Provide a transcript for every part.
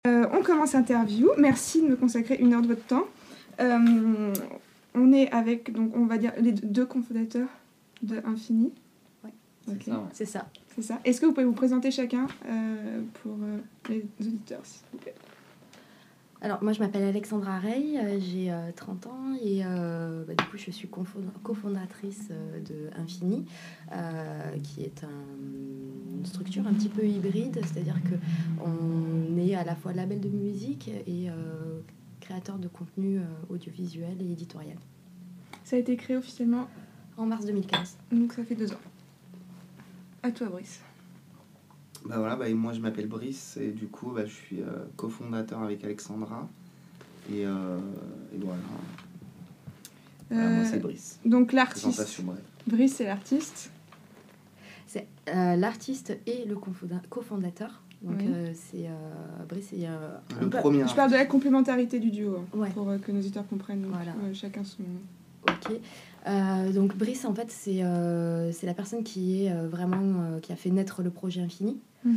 On commence l'interview. Merci de me consacrer 1 heure de votre temps. On est avec, donc, on va dire, les 2 cofondateurs de Infini. Ouais, okay. C'est ça. C'est ça. Est-ce que vous pouvez vous présenter chacun pour les auditeurs, s'il vous plaît? Alors, moi, je m'appelle Alexandra Rey, j'ai 30 ans et du coup, je suis cofondatrice de Infini, qui est une structure un petit peu hybride, c'est-à-dire qu'on est à la fois label de musique et créateur de contenu audiovisuel et éditorial. Ça a été créé officiellement en mars 2015. Donc, ça fait 2 ans. À toi, Brice. Moi je m'appelle Brice et du coup je suis cofondateur avec Alexandra et voilà. Moi c'est Brice. Donc l'artiste. Brice c'est l'artiste. C'est l'artiste et le cofondateur. Donc oui. Brice est le premier. Je parle de la complémentarité du duo ouais. Pour que nos auditeurs comprennent. Donc, voilà. Chacun son. Ok. Donc Brice en fait c'est la personne qui est vraiment qui a fait naître le projet Infini.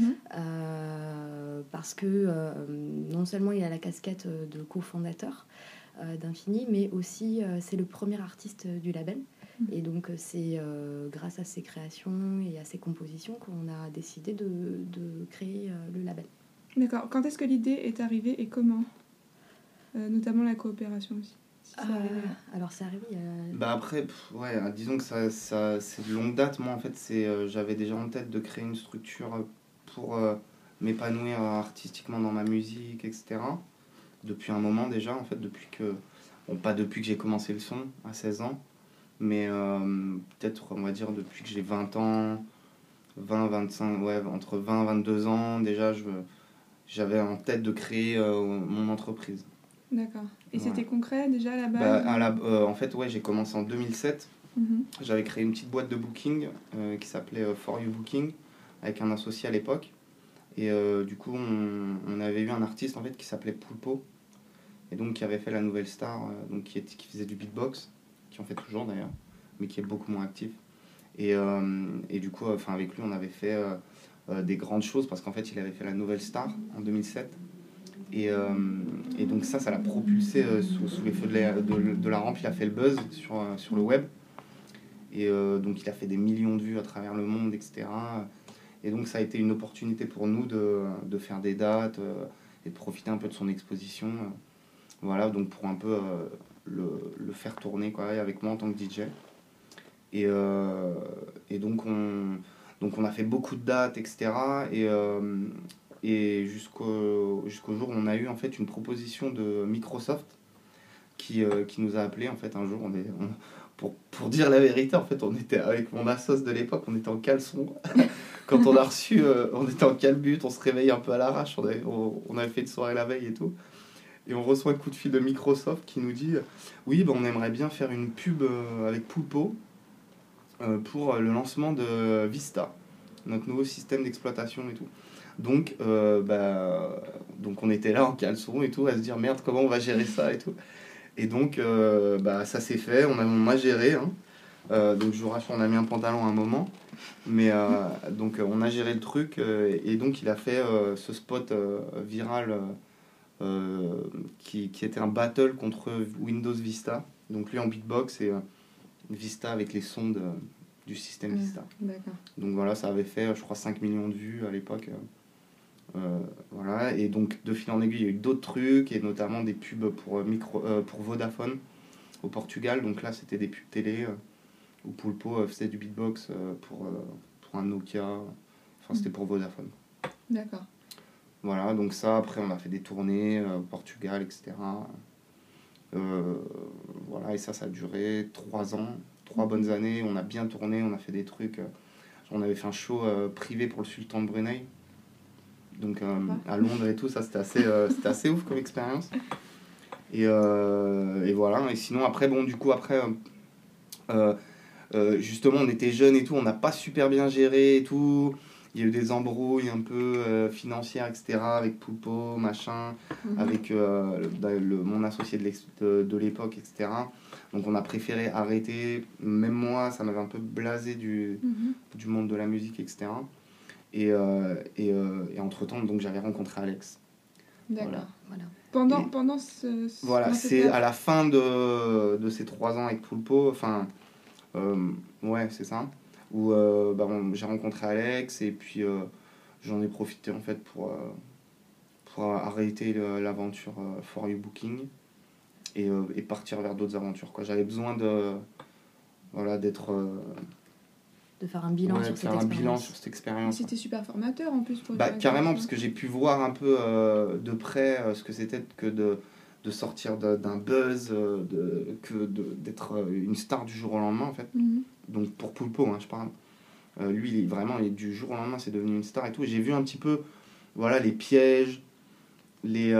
Parce que non seulement il a la casquette de cofondateur d'Infini, mais aussi c'est le premier artiste du label. Et donc c'est grâce à ses créations et à ses compositions qu'on a décidé de créer le label. D'accord. Quand est-ce que l'idée est arrivée et comment notamment la coopération aussi. Alors c'est arrivé après disons que ça c'est de longue date. Moi en fait j'avais déjà en tête de créer une structure pour m'épanouir artistiquement dans ma musique, etc. Depuis un moment déjà, en fait, pas depuis que j'ai commencé le son, à 16 ans, mais peut-être, on va dire, depuis que j'ai 20 ans, 20, 25, entre 20 et 22 ans, déjà, j'avais en tête de créer mon entreprise. D'accord. Et c'était concret, déjà, à la base en fait, j'ai commencé en 2007. J'avais créé une petite boîte de booking qui s'appelait For You Booking, avec un associé à l'époque. Et du coup, on avait eu un artiste en fait qui s'appelait Pulpo, et donc qui avait fait la Nouvelle Star, donc qui faisait du beatbox, qui en fait toujours d'ailleurs, mais qui est beaucoup moins actif. Et du coup, avec lui, on avait fait des grandes choses, parce qu'en fait, il avait fait la Nouvelle Star en 2007. Et donc ça l'a propulsé sous les feux de la rampe. Il a fait le buzz sur le web. Et donc il a fait des millions de vues à travers le monde, etc. Et donc ça a été une opportunité pour nous de faire des dates et de profiter un peu de son exposition. Voilà, donc pour un peu le faire tourner avec moi en tant que DJ. Et donc on a fait beaucoup de dates, etc. Et jusqu'au jour où on a eu en fait une proposition de Microsoft qui nous a appelés en fait un jour. Pour dire la vérité, en fait, on était avec mon assos de l'époque, on était en caleçon. Quand on a reçu, on était en calbut, on se réveille un peu à l'arrache, on avait fait une soirée la veille et tout. Et on reçoit un coup de fil de Microsoft qui nous dit oui, on aimerait bien faire une pub avec Pulpo pour le lancement de Vista, notre nouveau système d'exploitation et tout. Donc on était là en caleçon et tout, à se dire merde, comment on va gérer ça et tout. Et donc ça s'est fait, on a géré. Donc je vous rassure, on a mis un pantalon à un moment. Mais donc on a géré le truc et donc il a fait ce spot viral qui était un battle contre Windows Vista. Donc lui en beatbox et Vista avec les sons du système Vista. D'accord. Donc voilà, ça avait fait je crois 5 millions de vues à l'époque. Voilà, et donc de fil en aiguille il y a eu d'autres trucs et notamment des pubs pour Vodafone au Portugal. Donc là c'était des pubs télé où Pulpo faisait du beatbox pour un Nokia, enfin c'était pour Vodafone. D'accord. Voilà, donc ça après on a fait des tournées au Portugal, etc. Voilà, et ça a duré 3 ans, 3 bonnes années. On a bien tourné, on a fait des trucs, on avait fait un show privé pour le sultan de Brunei. Donc à Londres et tout, ça c'était assez ouf comme expérience. Et voilà, et sinon après, justement on était jeunes et tout, on n'a pas super bien géré et tout. Il y a eu des embrouilles un peu financières, etc. avec Pulpo, machin, avec mon associé de l'époque, etc. Donc on a préféré arrêter. Même moi, ça m'avait un peu blasé du monde de la musique, etc. Et entre-temps, donc, j'avais rencontré Alex. D'accord. Voilà. Pendant ce Voilà, c'est à la fin de ces 3 ans avec Poulpo, enfin, ouais, c'est ça, où j'ai rencontré Alex et puis j'en ai profité en fait pour arrêter l'aventure For You Booking et partir vers d'autres aventures, quoi. J'avais besoin d'être... de faire un bilan sur cette expérience. C'était super formateur en plus pour carrément, parce que j'ai pu voir un peu de près ce que c'était que de sortir d'un buzz, d'être une star du jour au lendemain en fait. Donc pour Poulpo, je parle. Lui, du jour au lendemain, c'est devenu une star et tout. Et j'ai vu un petit peu les pièges, les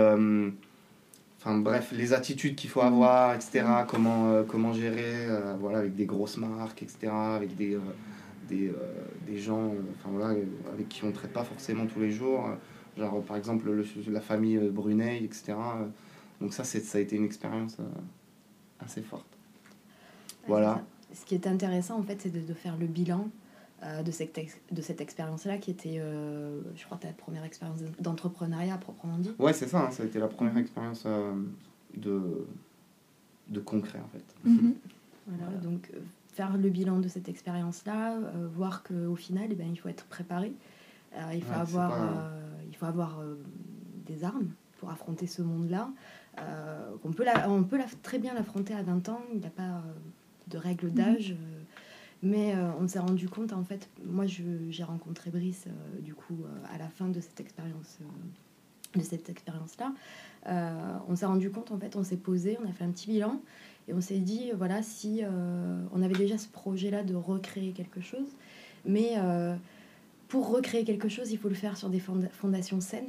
attitudes qu'il faut avoir, etc. Comment gérer, avec des grosses marques, etc. Avec des gens avec qui on ne traite pas forcément tous les jours, genre par exemple la famille Brunei, etc. Donc ça a été une expérience assez forte. Voilà. Ce qui est intéressant en fait, c'est de faire le bilan de cette expérience-là qui était, je crois, ta première expérience d'entrepreneuriat proprement dit. Ouais, c'est ça, ça a été la première expérience de concret en fait. Voilà, donc faire le bilan de cette expérience-là, voir qu'au final, il faut être préparé. Il faut avoir des armes pour affronter ce monde-là. On peut très bien l'affronter à 20 ans, il n'y a pas de règle d'âge. Mais on s'est rendu compte, en fait, moi j'ai rencontré Brice du coup à la fin de cette expérience-là. On s'est rendu compte, en fait, on s'est posé, on a fait un petit bilan et on s'est dit, voilà, si on avait déjà ce projet-là de recréer quelque chose, mais pour recréer quelque chose, il faut le faire sur des fondations saines.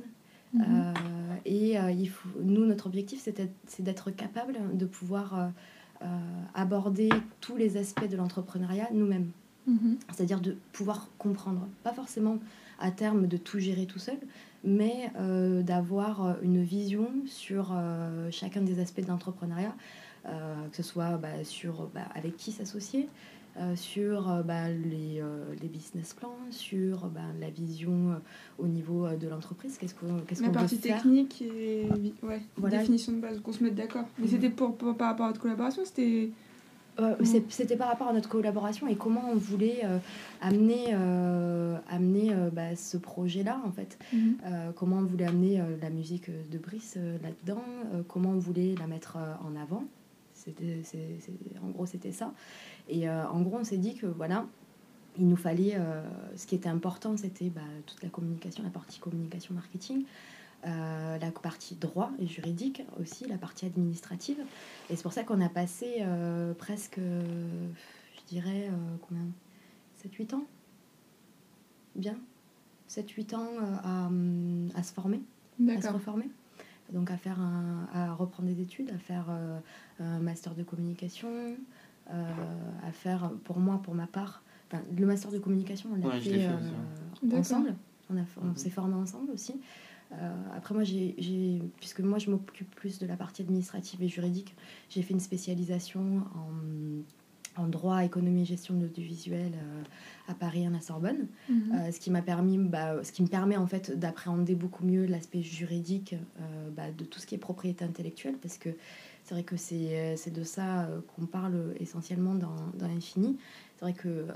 Nous, notre objectif, c'est d'être capable de pouvoir aborder tous les aspects de l'entrepreneuriat nous-mêmes. C'est-à-dire de pouvoir comprendre, pas forcément à terme de tout gérer tout seul, mais d'avoir une vision sur chacun des aspects de l'entrepreneuriat, que ce soit sur avec qui s'associer, sur les business plans, sur la vision au niveau de l'entreprise, qu'est-ce qu'on veut faire. La partie technique et définition de base, qu'on se mette d'accord. Mais c'était par rapport à votre collaboration, c'était... C'était par rapport à notre collaboration et comment on voulait amener ce projet-là, en fait. Comment on voulait amener la musique de Brice là-dedans, comment on voulait la mettre en avant. En gros, c'était ça. Et en gros, on s'est dit que voilà, il nous fallait... ce qui était important, c'était toute la communication, la partie communication marketing, la partie droit et juridique aussi, la partie administrative. Et c'est pour ça qu'on a passé presque, je dirais, 7-8 ans bien 7-8 ans à se former, à se reformer. Donc à reprendre des études, à faire un master de communication, à faire, pour ma part, le master de communication, on l'a fait ensemble. On s'est formé ensemble aussi. Après moi, puisque moi je m'occupe plus de la partie administrative et juridique, j'ai fait une spécialisation en droit, économie et gestion de l'audiovisuel à Paris, à la Sorbonne, ce qui me permet en fait d'appréhender beaucoup mieux l'aspect juridique de tout ce qui est propriété intellectuelle, parce que c'est vrai que c'est de ça qu'on parle essentiellement dans Infini. C'est vrai que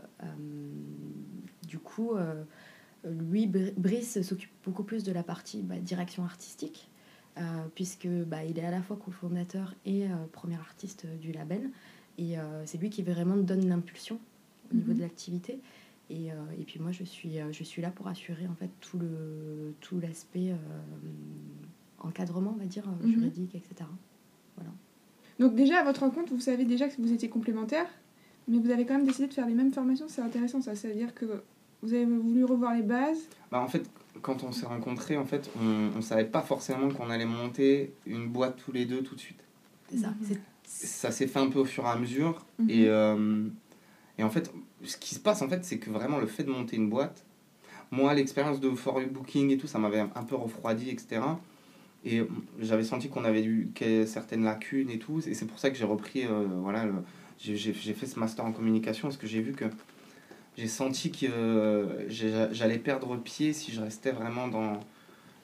du coup lui, Brice s'occupe beaucoup plus de la partie direction artistique, puisque il est à la fois cofondateur et premier artiste du label, et c'est lui qui vraiment donne l'impulsion au niveau de l'activité, et puis moi je suis là pour assurer en fait tout l'aspect encadrement, on va dire, juridique, etc. Voilà. Donc déjà à votre rencontre, vous savez déjà que vous étiez complémentaires, mais vous avez quand même décidé de faire les mêmes formations. C'est intéressant, ça veut dire que vous avez voulu revoir les bases. En fait, quand on s'est rencontrés, en fait, on savait pas forcément qu'on allait monter une boîte tous les deux tout de suite. C'est ça. Ça s'est fait un peu au fur et à mesure. Et en fait, ce qui se passe, en fait, c'est que vraiment le fait de monter une boîte, moi, l'expérience de For You Booking et tout, ça m'avait un peu refroidi, etc. Et j'avais senti qu'on avait eu certaines lacunes et tout. Et c'est pour ça que j'ai repris, j'ai fait ce master en communication, parce que j'ai vu que j'ai senti que j'allais perdre pied si je restais vraiment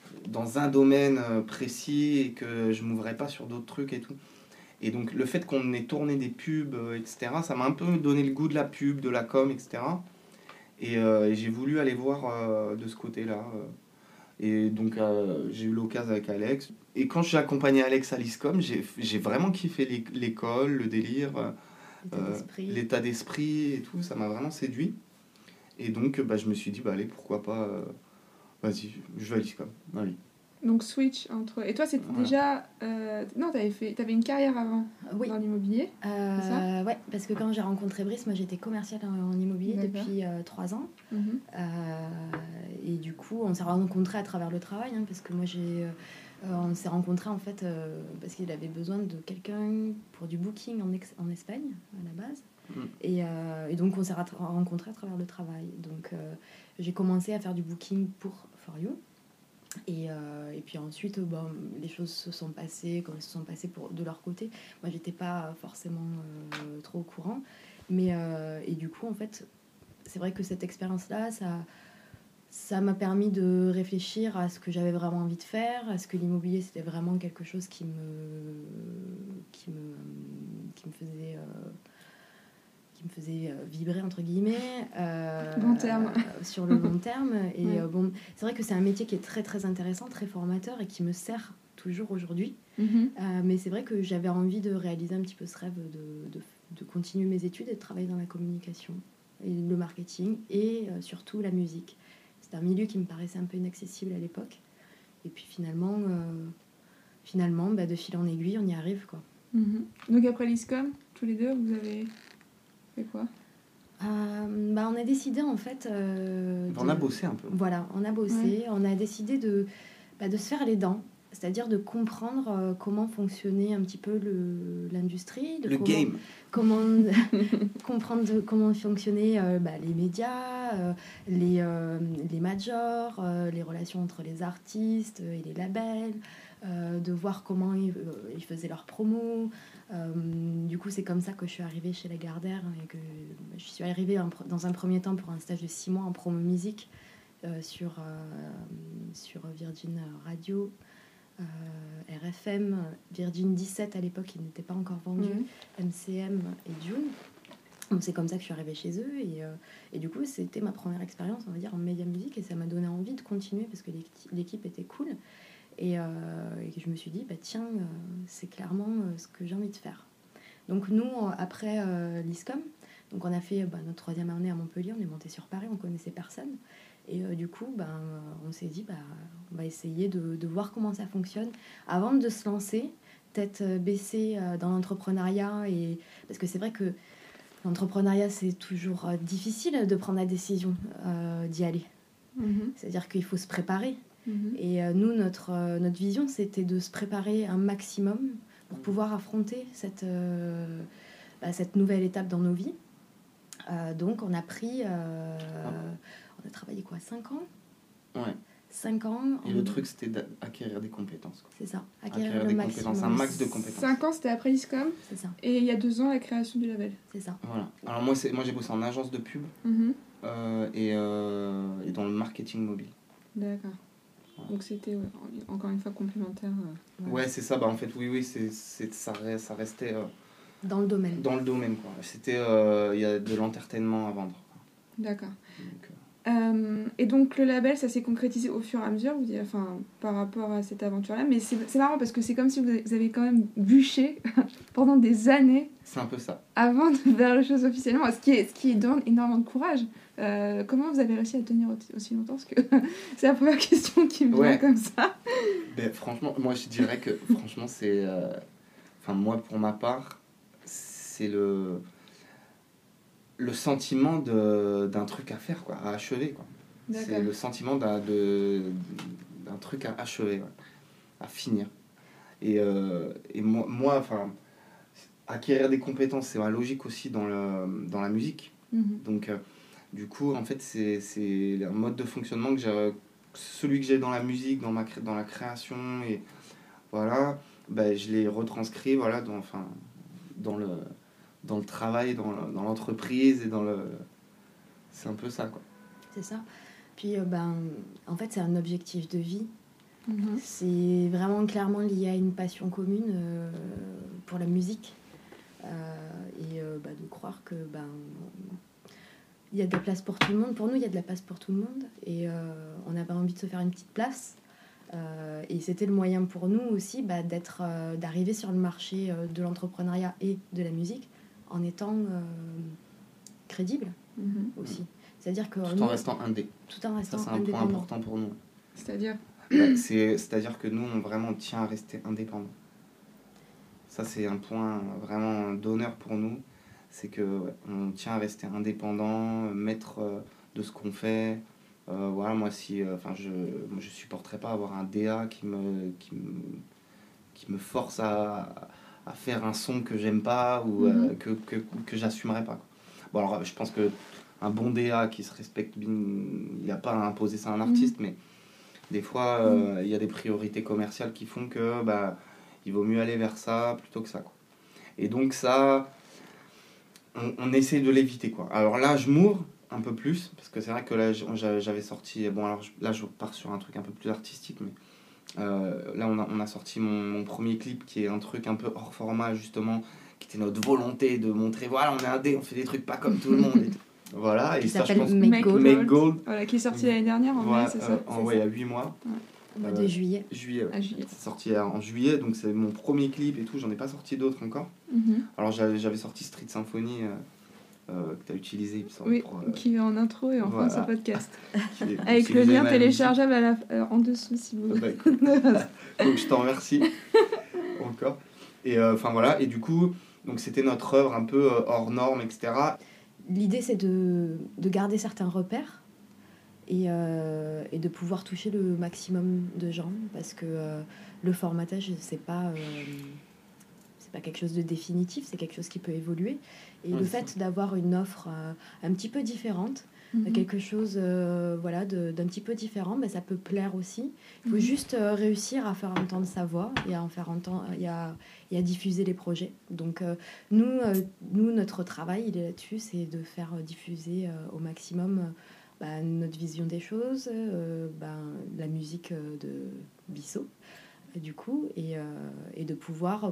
dans un domaine précis et que je m'ouvrais pas sur d'autres trucs et tout. Et donc le fait qu'on ait tourné des pubs, etc., ça m'a un peu donné le goût de la pub, de la com, etc. Et j'ai voulu aller voir de ce côté-là. Et donc j'ai eu l'occasion avec Alex. Et quand j'ai accompagné Alex à l'ISCOM, j'ai vraiment kiffé l'école, le délire, l'état d'esprit et tout. Ça m'a vraiment séduit. Et donc je me suis dit, allez, pourquoi pas, vas-y, je vais à l'ISCOM. Allez. Donc switch entre... Et toi, c'était déjà... Non, t'avais une carrière avant dans l'immobilier, c'est ça ? Ouais, parce que quand j'ai rencontré Brice, moi j'étais commerciale en immobilier depuis 3 ans. Et du coup, on s'est rencontrés à travers le travail, hein, parce que moi on s'est rencontrés en fait parce qu'il avait besoin de quelqu'un pour du booking en Espagne à la base. Et donc on s'est rencontrés à travers le travail. Donc j'ai commencé à faire du booking pour For You. Et puis ensuite, les choses se sont passées comme elles se sont passées de leur côté. Moi, j'étais pas forcément trop au courant. Et du coup, en fait, c'est vrai que cette expérience-là, ça m'a permis de réfléchir à ce que j'avais vraiment envie de faire, à ce que l'immobilier, c'était vraiment quelque chose qui me faisait vibrer entre guillemets long terme. Sur le long terme. Et c'est vrai que c'est un métier qui est très très intéressant, très formateur et qui me sert toujours aujourd'hui. Mais c'est vrai que j'avais envie de réaliser un petit peu ce rêve de continuer mes études et de travailler dans la communication et le marketing et surtout la musique. C'était un milieu qui me paraissait un peu inaccessible à l'époque. Et puis finalement de fil en aiguille, on y arrive, quoi. Donc après l'ISCOM, tous les deux, vous avez fait quoi ? On a décidé en fait... on a bossé un peu. Voilà, on a bossé. Ouais. On a décidé de se faire les dents. C'est-à-dire de comprendre comment fonctionnait un petit peu l'industrie. Game. Comprendre comment fonctionnaient les médias, les majors, les relations entre les artistes et les labels, de voir comment ils faisaient leurs promos. Du coup, c'est comme ça que je suis arrivée chez Lagardère et que je suis arrivée dans un premier temps pour un stage de 6 mois en promo musique sur Virgin Radio, RFM, Virgin 17 à l'époque, ils n'étaient pas encore vendus, MCM et June. Donc c'est comme ça que je suis arrivée chez eux et du coup c'était ma première expérience, on va dire, en média musique, et ça m'a donné envie de continuer parce que l'équipe était cool. Et je me suis dit, c'est clairement ce que j'ai envie de faire. Donc nous, après l'ISCOM, donc on a fait notre 3e année à Montpellier, on est monté sur Paris, on connaissait personne. Et du coup, on s'est dit, on va essayer de voir comment ça fonctionne. Avant de se lancer, peut-être baisser dans l'entrepreneuriat. Parce que c'est vrai que l'entrepreneuriat, c'est toujours difficile de prendre la décision d'y aller. C'est-à-dire qu'il faut se préparer. Et nous, notre vision, c'était de se préparer un maximum pour pouvoir affronter cette nouvelle étape dans nos vies. Donc, on a travaillé 5 ans ? Ouais. 5 ans. Et le truc, c'était d'acquérir des compétences, quoi. C'est ça, acquérir des compétences, un max de compétences. 5 ans, c'était après l'ISCOM. C'est ça. Et il y a 2 ans, la création du label. C'est ça. Voilà. Alors moi j'ai bossé en agence de pub et dans le marketing mobile. D'accord. Donc c'était encore une fois complémentaire. Ouais, c'est ça. En fait, oui, ça restait dans le domaine. Dans le domaine, quoi. C'était il y a de l'entertainment à vendre. D'accord. Et donc le label, ça s'est concrétisé au fur et à mesure, par rapport à cette aventure-là. Mais c'est marrant parce que c'est comme si vous avez quand même bûché pendant des années. C'est un peu ça. Avant de faire les choses officiellement, ce qui demande énormément de courage. Comment vous avez réussi à tenir aussi longtemps ? Parce que c'est la première question qui me vient comme ça. Franchement, moi je dirais que franchement c'est... moi pour ma part, c'est le sentiment d'un truc à faire, quoi, à achever, quoi. C'est le sentiment d'un truc à achever, ouais, à finir. Et moi, acquérir des compétences, c'est ma logique aussi dans la musique. Donc du coup, en fait, c'est un mode de fonctionnement celui que j'ai dans la musique, dans la création, et voilà, je l'ai retranscrit, voilà, dans le travail, dans l'entreprise et c'est un peu ça, quoi. C'est ça. Puis en fait c'est un objectif de vie C'est vraiment clairement lié à une passion commune pour la musique. De croire que il y a de la place pour tout le monde. Pour nous, il y a de la place pour tout le monde. Et on avait envie de se faire une petite place. Et c'était le moyen pour nous aussi d'arriver sur le marché de l'entrepreneuriat et de la musique en étant crédible aussi. C'est-à-dire que tout en restant indé. Tout en restant ça, c'est un point important pour nous. C'est-à-dire c'est-à-dire que nous, on tient à rester indépendants. Ça, c'est un point vraiment d'honneur pour nous. C'est qu'on tient à rester indépendant, maître de ce qu'on fait. Moi, je supporterais pas avoir un DA qui me force à faire un son que j'aime pas ou que j'assumerais pas. Bon, alors, je pense qu'un bon DA qui se respecte, il n'a pas à imposer ça à un artiste, mais des fois, il y a des priorités commerciales qui font que il vaut mieux aller vers ça plutôt que ça, quoi. Et donc ça, on essaie de l'éviter, quoi. Alors là, je m'ouvre un peu plus, parce que c'est vrai que là, j'avais sorti... Bon, alors là, je pars sur un truc un peu plus artistique, mais là, on a sorti mon premier clip, qui est un truc un peu hors format, justement, qui était notre volonté de montrer, voilà, on est indé, on fait des trucs pas comme tout le monde, et tout. Voilà, qui et ça, je pense... Make Gold. Voilà, qui est sorti l'année dernière, en mai, c'est ça il y a 8 mois. Ouais. Au mois de juillet. Juillet. C'est sorti en juillet, donc c'est mon premier clip et tout, j'en ai pas sorti d'autres encore. Alors j'avais sorti Street Symphony, que tu as utilisé, il me semble. Oui, qui est en intro et en fin de ce podcast. Avec si le lien téléchargeable en dessous, si vous voulez. Donc je t'en remercie encore. Et voilà, et du coup, donc c'était notre œuvre un peu hors norme, etc. L'idée, c'est de garder certains repères et de pouvoir toucher le maximum de gens, parce que le formatage, c'est pas quelque chose de définitif, c'est quelque chose qui peut évoluer. Et le fait d'avoir une offre un petit peu différente, quelque chose d'un petit peu différent, ça peut plaire aussi. Il faut juste réussir à faire entendre sa voix et à en faire entendre, et à diffuser les projets. Donc nous, notre travail, il est là-dessus, c'est de faire diffuser au maximum notre vision des choses, la musique de Bissot, du coup, et de pouvoir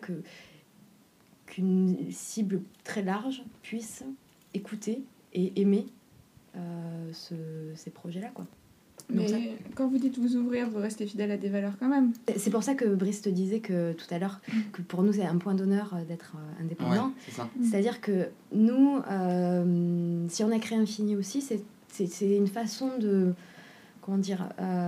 qu'une cible très large puisse écouter et aimer ces projets-là, quoi. Mais quand vous dites vous ouvrir, vous restez fidèle à des valeurs quand même. C'est pour ça que Brice te disait que tout à l'heure que pour nous c'est un point d'honneur d'être indépendant. Ouais, c'est ça. C'est-à-dire que nous, si on a créé Infini aussi, c'est une façon de... Comment dire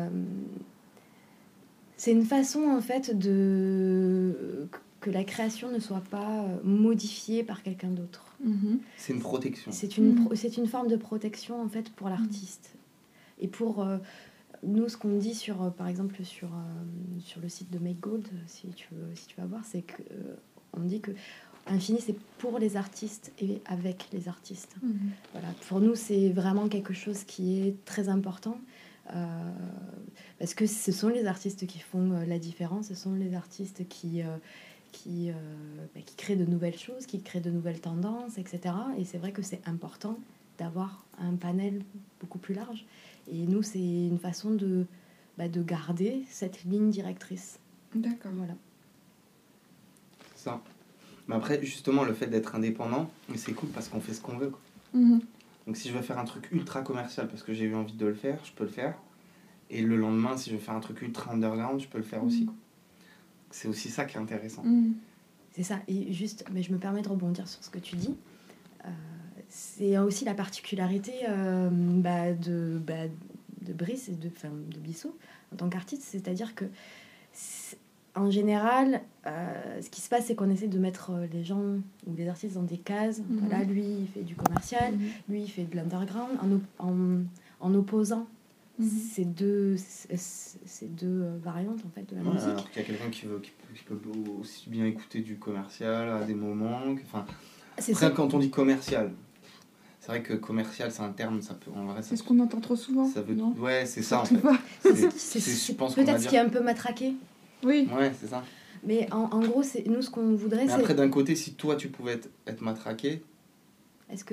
c'est une façon en fait que la création ne soit pas modifiée par quelqu'un d'autre. C'est une protection. C'est une forme de protection en fait pour l'artiste. Et pour nous, ce qu'on dit par exemple sur le site de Make Gold, si tu vas voir, c'est que on dit que Infini, c'est pour les artistes et avec les artistes. Voilà. Pour nous, c'est vraiment quelque chose qui est très important. Parce que ce sont les artistes qui font la différence, ce sont les artistes qui créent de nouvelles choses, qui créent de nouvelles tendances, etc. Et c'est vrai que c'est important d'avoir un panel beaucoup plus large. Et nous, c'est une façon de garder cette ligne directrice. D'accord. Voilà. C'est ça. Mais après, justement, le fait d'être indépendant, c'est cool parce qu'on fait ce qu'on veut, quoi. Donc si je veux faire un truc ultra commercial parce que j'ai eu envie de le faire, je peux le faire. Et le lendemain, si je veux faire un truc ultra underground, je peux le faire aussi, quoi. C'est aussi ça qui est intéressant. C'est ça. Et juste, mais je me permets de rebondir sur ce que tu dis. C'est aussi la particularité de Brice et de Bissot en tant qu'artiste. C'est-à-dire que, en général, ce qui se passe, c'est qu'on essaie de mettre les gens ou les artistes dans des cases. Voilà, lui, il fait du commercial, lui, il fait de l'underground, en opposant ces deux variantes en fait de la musique. Alors qu'il y a quelqu'un qui peut aussi bien écouter du commercial à des moments. Après, quand on dit commercial, c'est vrai que commercial, c'est un terme, ça peut en vrai. C'est ce qu'on entend trop souvent. Ça veut, non ouais, c'est ça en fait. Je pense peut-être ce qui est un peu matraqué. Oui. Ouais, c'est ça. Mais en gros, nous, ce qu'on voudrait, mais après, d'un côté, si toi, tu pouvais être matraqué... Est-ce que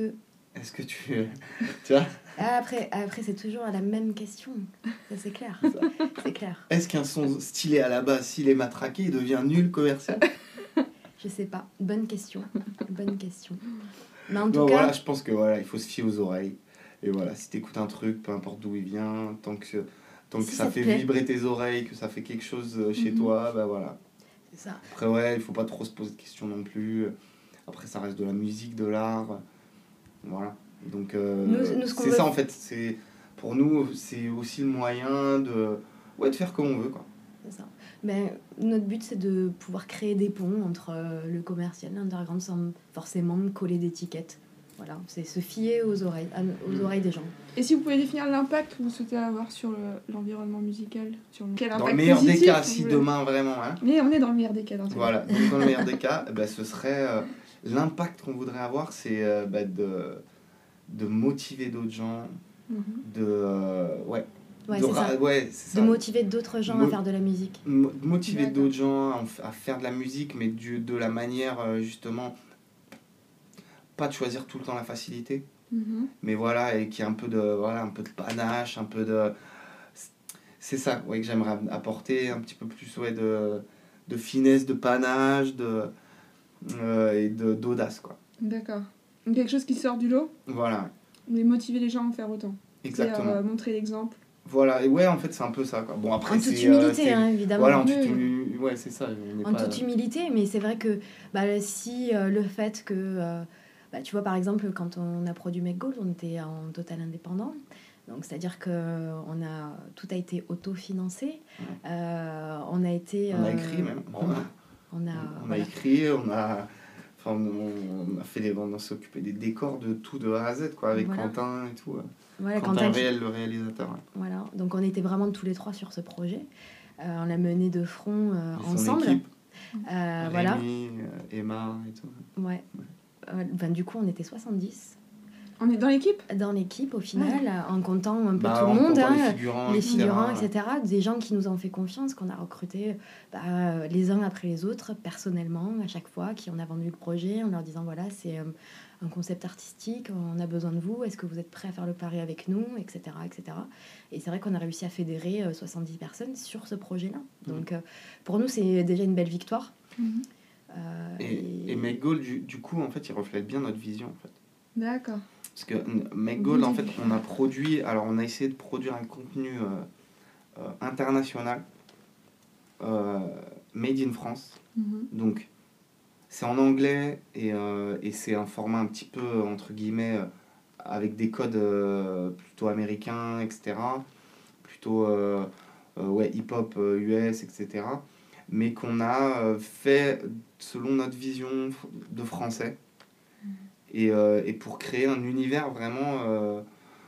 Est-ce que tu vois? Après c'est toujours la même question. Ça, c'est clair. C'est clair. Est-ce qu'un son stylé à la base, s'il est matraqué, il devient nul commercial? Je sais pas. Bonne question. Bonne question. Mais en tout Non, cas... voilà, je pense que voilà, il faut se fier aux oreilles. Et voilà, si t'écoutes un truc, peu importe d'où il vient, tant que Si ça ça te fait plaît. vibrer tes oreilles, que ça fait quelque chose chez toi, bah voilà. C'est ça. Après, ouais, il faut pas trop se poser de questions non plus. Après, ça reste de la musique, de l'art. Voilà. Donc, Nous, ce qu'on c'est veut... ça en fait. Pour nous, c'est aussi le moyen de faire comme on veut, quoi. C'est ça. Mais notre but, c'est de pouvoir créer des ponts entre le commercial et l'underground sans forcément coller d'étiquettes. Voilà, c'est se fier aux oreilles des gens. Et si vous pouvez définir l'impact que vous souhaitez avoir sur l'environnement musical, quel impact Dans le meilleur positif, des cas, si demain vraiment... Hein, mais on est dans le meilleur des cas. voilà, donc dans le meilleur des cas, bah, ce serait... l'impact qu'on voudrait avoir, c'est de motiver d'autres gens, Ouais, c'est ça. C'est ça. De motiver d'autres gens à faire de la musique. Motiver d'autres gens à faire de la musique, mais de la manière, justement, pas de choisir tout le temps la facilité, mais voilà, et qui a un peu de panache, un peu de... C'est ça, ouais, que j'aimerais apporter, un petit peu plus de finesse, de panache, et d'audace, quoi. D'accord. Donc quelque chose qui sort du lot, Voilà. mais motiver les gens à en faire autant. Exactement. Montrer l'exemple. Voilà, et ouais, en fait, c'est un peu ça, quoi. Bon, après, en toute humilité, évidemment. Voilà, ouais, c'est ça. Toute humilité, mais c'est vrai que si le fait que... tu vois, par exemple, quand on a produit Make Gold, on était en total indépendant. Donc, c'est-à-dire que tout a été autofinancé. On a été... On a écrit, même. On a écrit, on s'est occupé des décors de tout de A à Z, quoi, avec Quentin et tout. Voilà, Quentin le réalisateur. Ouais. Voilà, donc on était vraiment tous les trois sur ce projet. On l'a mené de front ensemble. Son équipe, voilà. Rémi, Emma et tout. Ouais. Du coup, on était 70. On est dans l'équipe ? Dans l'équipe, au final, en comptant un peu tout le en monde, les figurants, etc. Des gens qui nous ont fait confiance, qu'on a recrutés les uns après les autres, personnellement, à chaque fois, qui on a vendu le projet, en leur disant, voilà, c'est un concept artistique, on a besoin de vous, est-ce que vous êtes prêts à faire le pari avec nous, etc. etc. Et c'est vrai qu'on a réussi à fédérer 70 personnes sur ce projet-là. Donc, pour nous, c'est déjà une belle victoire. Et Make Gold, du coup, en fait, il reflète bien notre vision, en fait. D'accord. Parce que Make Gold, en fait, on a essayé de produire un contenu international, made in France. Donc, c'est en anglais et c'est un format un petit peu, entre guillemets, avec des codes plutôt américains, etc. Plutôt hip-hop US, etc. Mais qu'on a fait selon notre vision de français. Et pour créer un univers vraiment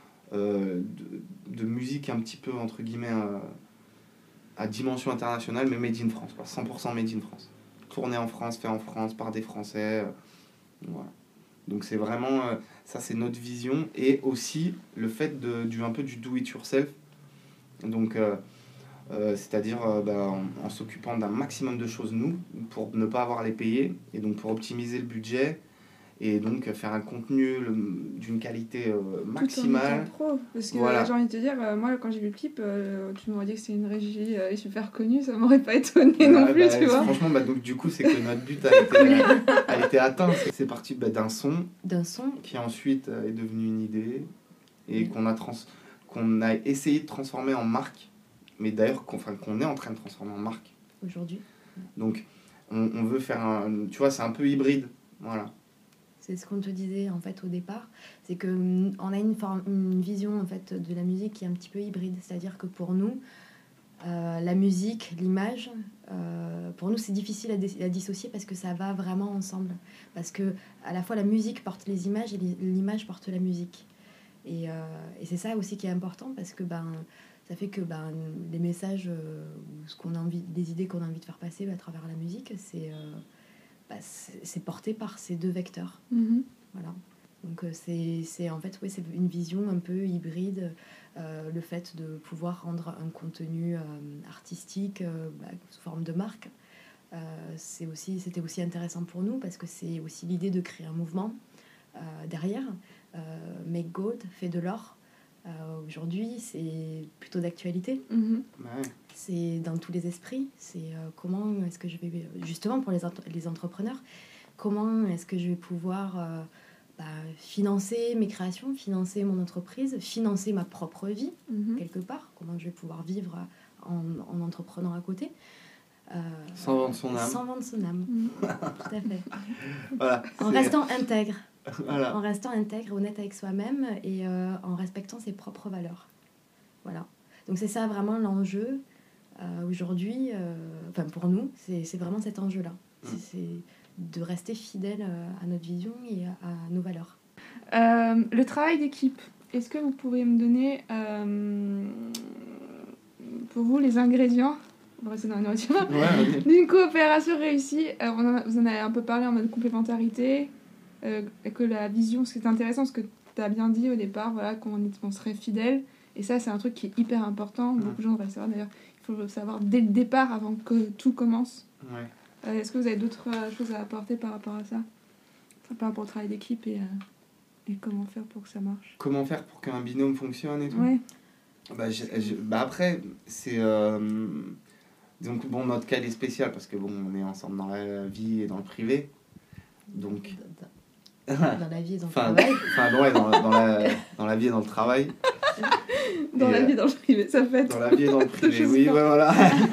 de musique un petit peu, entre guillemets, à dimension internationale, mais made in France, quoi. 100% made in France. Tourné en France, fait en France, par des Français. Voilà. Donc c'est vraiment... ça, c'est notre vision. Et aussi le fait un peu du do-it-yourself. Donc... c'est-à-dire en s'occupant d'un maximum de choses, nous, pour ne pas avoir à les payer, et donc pour optimiser le budget, et donc faire un contenu d'une qualité maximale. Tout en pro, parce que voilà. J'ai envie de te dire, moi quand j'ai vu le clip, tu m'aurais dit que c'est une régie super connue, ça m'aurait pas étonné non plus, tu vois. Franchement, donc du coup, c'est que notre but a été atteint. C'est parti d'un son qui ensuite est devenu une idée, et qu'on a essayé de transformer en marque, mais d'ailleurs qu'on est en train de transformer en marque. Aujourd'hui. Donc, on veut faire tu vois, c'est un peu hybride, voilà. C'est ce qu'on te disait en fait au départ, c'est que on a une vision en fait de la musique qui est un petit peu hybride, c'est-à-dire que pour nous, la musique, l'image, pour nous c'est difficile à dissocier parce que ça va vraiment ensemble, parce que à la fois la musique porte les images et l'image porte la musique, et c'est ça aussi qui est important parce que ça fait que les messages les idées qu'on a envie de faire passer à travers la musique, c'est porté par ces deux vecteurs. Voilà. Donc c'est en fait c'est une vision un peu hybride, le fait de pouvoir rendre un contenu artistique sous forme de marque. C'était aussi intéressant pour nous parce que c'est aussi l'idée de créer un mouvement derrière, Make Gold, fait de l'or. Aujourd'hui, c'est plutôt d'actualité. Ouais. C'est dans tous les esprits. C'est comment est-ce que je vais, justement pour les entrepreneurs, comment est-ce que je vais pouvoir financer mes créations, financer mon entreprise, financer ma propre vie, quelque part. Comment je vais pouvoir vivre en entreprenant à côté. Sans vendre son âme. Sans vendre son âme, tout à fait. Voilà, en restant intègre. Voilà. En restant intègre, honnête avec soi-même et en respectant ses propres valeurs. Voilà. Donc c'est ça vraiment l'enjeu aujourd'hui. Pour nous, c'est vraiment cet enjeu-là. C'est de rester fidèle à notre vision et à nos valeurs. Le travail d'équipe. Est-ce que vous pourriez me donner pour vous les ingrédients, on va rester dans la nourriture, d'une coopération réussie? Vous en avez un peu parlé en mode complémentarité. Que la vision, ce qui est intéressant, ce que tu as bien dit au départ, voilà, qu'on serait fidèle. Et ça, c'est un truc qui est hyper important. Beaucoup de gens devraient savoir. D'ailleurs, il faut le savoir dès le départ, avant que tout commence. Ouais. Est-ce que vous avez d'autres choses à apporter par rapport à ça? Par rapport au travail d'équipe et comment faire pour que ça marche? Comment faire pour qu'un binôme fonctionne et tout? Ouais. Après, c'est... Donc, bon, notre cas, il est spécial parce que, bon, on est ensemble dans la vie et dans le privé. Donc... Dans la vie et dans le travail. Dans la vie et dans le travail. Dans la vie et dans le privé, ça fait. Dans la vie et dans le privé, oui, ouais, voilà.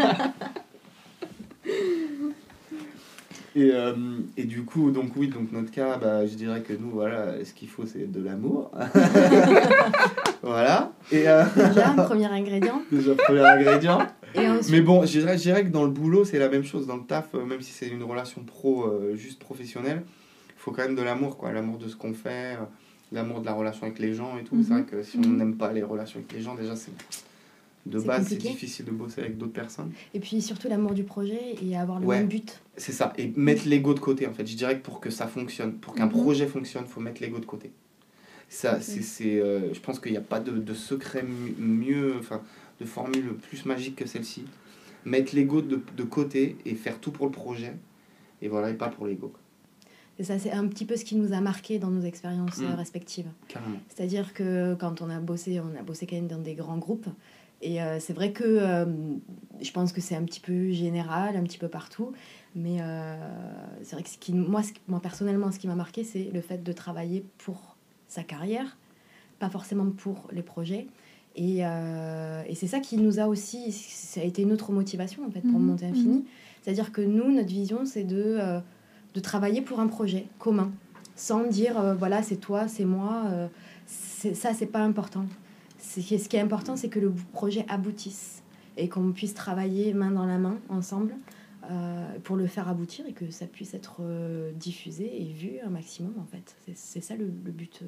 Et du coup, donc notre cas, je dirais que nous, voilà, ce qu'il faut, c'est de l'amour. Voilà. Et déjà, un premier ingrédient. Et ensuite... Mais bon, je dirais que dans le boulot, c'est la même chose. Dans le taf, même si c'est une relation juste professionnelle, il faut quand même de l'amour, quoi. L'amour de ce qu'on fait, l'amour de la relation avec les gens et tout. C'est vrai que si on n'aime pas les relations avec les gens, déjà, c'est difficile de bosser avec d'autres personnes. Et puis surtout l'amour du projet et avoir le même but. C'est ça, et mettre l'ego de côté, en fait. Je dirais que pour que ça fonctionne, pour qu'un projet fonctionne, il faut mettre l'ego de côté. Ça, je pense qu'il n'y a pas de secret mieux, de formule plus magique que celle-ci. Mettre l'ego de côté et faire tout pour le projet, et voilà, et pas pour l'ego. Et ça, c'est un petit peu ce qui nous a marqué dans nos expériences respectives. Carrément. C'est-à-dire que quand on a bossé quand même dans des grands groupes. Et c'est vrai que je pense que c'est un petit peu général, un petit peu partout. Mais c'est vrai que moi, personnellement, ce qui m'a marqué, c'est le fait de travailler pour sa carrière, pas forcément pour les projets. Et c'est ça qui nous a aussi... Ça a été une autre motivation, en fait, pour Monter Infini. C'est-à-dire que nous, notre vision, c'est de travailler pour un projet commun, sans dire, voilà, c'est toi, c'est moi. Ça, c'est pas important. Ce qui est important, c'est que le projet aboutisse et qu'on puisse travailler main dans la main, ensemble, pour le faire aboutir et que ça puisse être diffusé et vu un maximum, en fait. C'est ça le but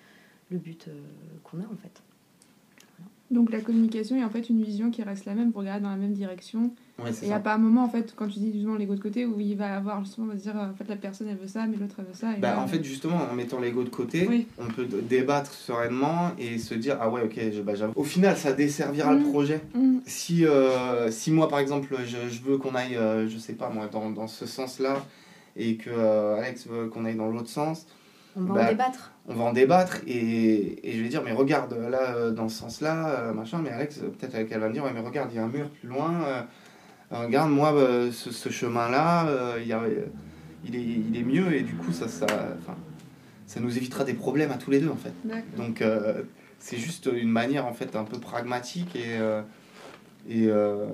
qu'on a, en fait. Voilà. Donc la communication est en fait une vision qui reste la même, vous regardez dans la même direction. Ouais, c'est et il n'y a pas un moment, en fait, quand tu dis justement l'ego de côté, où il va avoir justement, on va se dire, en fait, la personne, elle veut ça, mais l'autre, elle veut ça. Et en fait, justement, en mettant l'ego de côté, on peut débattre sereinement et se dire, ah ouais, ok, j'avoue. Au final, ça desservira le projet. Si moi, par exemple, je veux qu'on aille, je sais pas moi, dans ce sens-là, et que Alex veut qu'on aille dans l'autre sens, on va en débattre. On va en débattre et je vais dire, mais regarde, là, dans ce sens-là, machin, mais Alex, peut-être qu'elle va me dire, ouais, mais regarde, il y a un mur plus loin, regarde, moi, ce chemin-là, il est mieux, et du coup, ça nous évitera des problèmes à tous les deux, en fait. D'accord. Donc, c'est juste une manière, en fait, un peu pragmatique et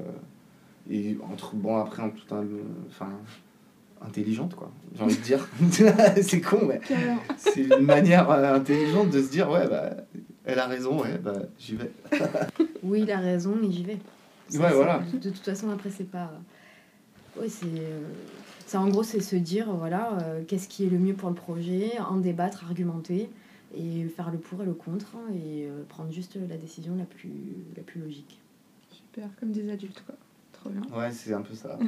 après, en tout intelligente, quoi, j'ai envie de dire. C'est con, mais c'est une manière intelligente de se dire, ouais, elle a raison, ouais, j'y vais. Oui, il a raison, mais j'y vais. Voilà. De toute façon, après, c'est pas... Oui, c'est en gros, c'est se dire, voilà, qu'est-ce qui est le mieux pour le projet, en débattre, argumenter, et faire le pour et le contre, et prendre juste la décision la plus logique. Super, comme des adultes, quoi. Trop bien. Ouais, c'est un peu ça.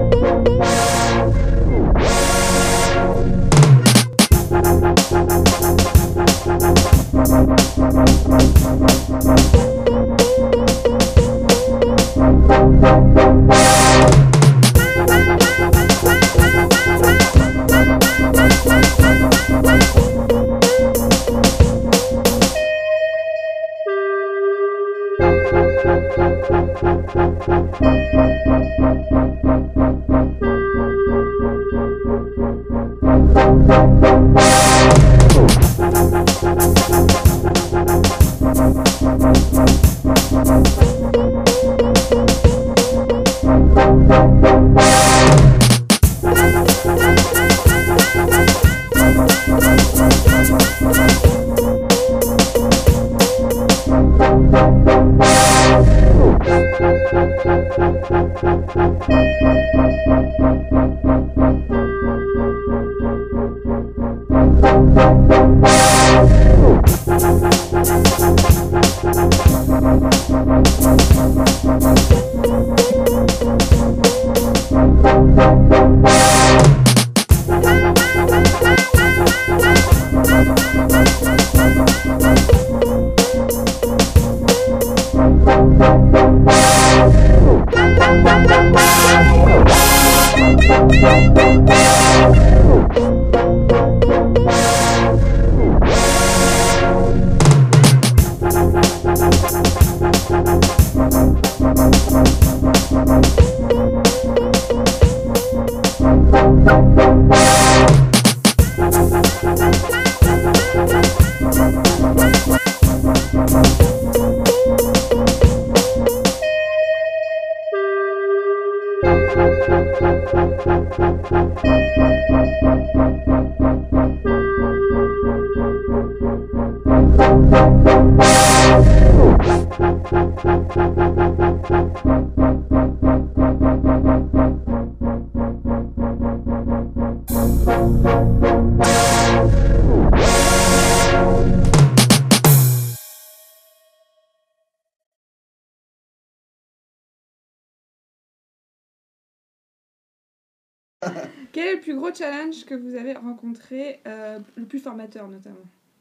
Quel est le plus gros challenge que vous avez rencontré, le plus formateur notamment?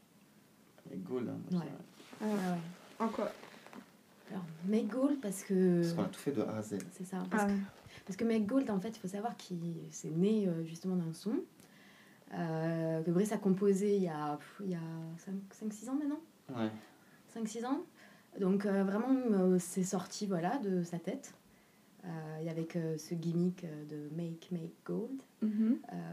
Make Gold. Ouais. Ah ouais. En quoi? Alors, Make Gold, parce que... Parce qu'on a tout fait de A à Z. C'est ça. Parce que Make Gold, en fait, il faut savoir que c'est né justement d'un son que Brice a composé il y a 5-6 ans maintenant. Ouais. 5-6 ans. Donc vraiment, c'est sorti de sa tête. Avec ce gimmick de Make Gold. Mm-hmm.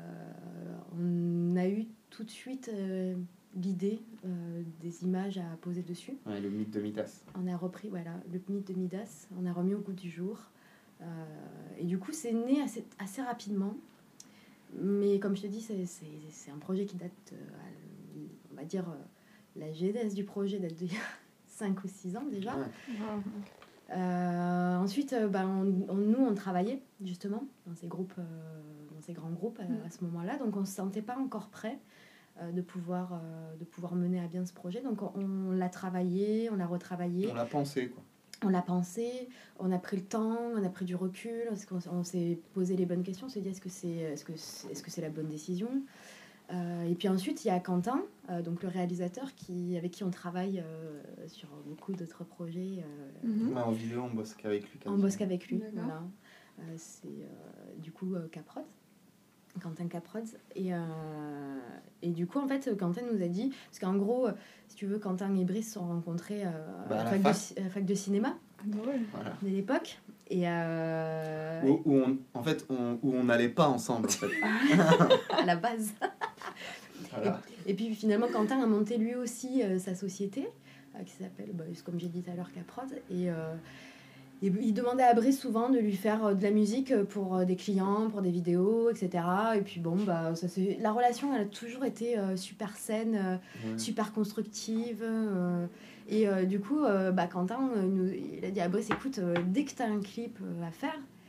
On a eu tout de suite l'idée des images à poser dessus. Ouais, le mythe de Midas. On a repris le mythe de Midas, on a remis au goût du jour. Et du coup, c'est né assez rapidement. Mais comme je te dis, c'est un projet qui date, on va dire, la genèse du projet date d'il y a 5 ou 6 ans déjà. Ouais. Wow. Ensuite, nous, on travaillait justement dans ces grands groupes à ce moment-là. Donc, on ne se sentait pas encore prêt de pouvoir mener à bien ce projet. Donc, on l'a travaillé, on l'a retravaillé. On l'a pensé, quoi. On l'a pensé, on a pris le temps, on a pris du recul, on s'est posé les bonnes questions, on s'est dit est-ce que c'est la bonne décision. Et puis ensuite, il y a Quentin, donc le réalisateur avec qui on travaille sur beaucoup d'autres projets. En vidéo, on bosse qu'avec lui. On bosse qu'avec lui, voilà. C'est du coup Caprod, Quentin Caprod. Et du coup, en fait, Quentin nous a dit... Parce qu'en gros, si tu veux, Quentin et Brice se sont rencontrés à la fac de cinéma de l'époque. Et où on n'allait pas ensemble, en fait. À la base. Voilà. Et puis finalement, Quentin a monté lui aussi sa société, qui s'appelle, comme j'ai dit tout à l'heure, Caprod. Et il demandait à Brice souvent de lui faire de la musique pour des clients, pour des vidéos, etc. Et puis la relation, elle a toujours été super saine, super constructive. Et du coup, Quentin, il a dit à Brice, écoute, dès que tu as un clip à faire,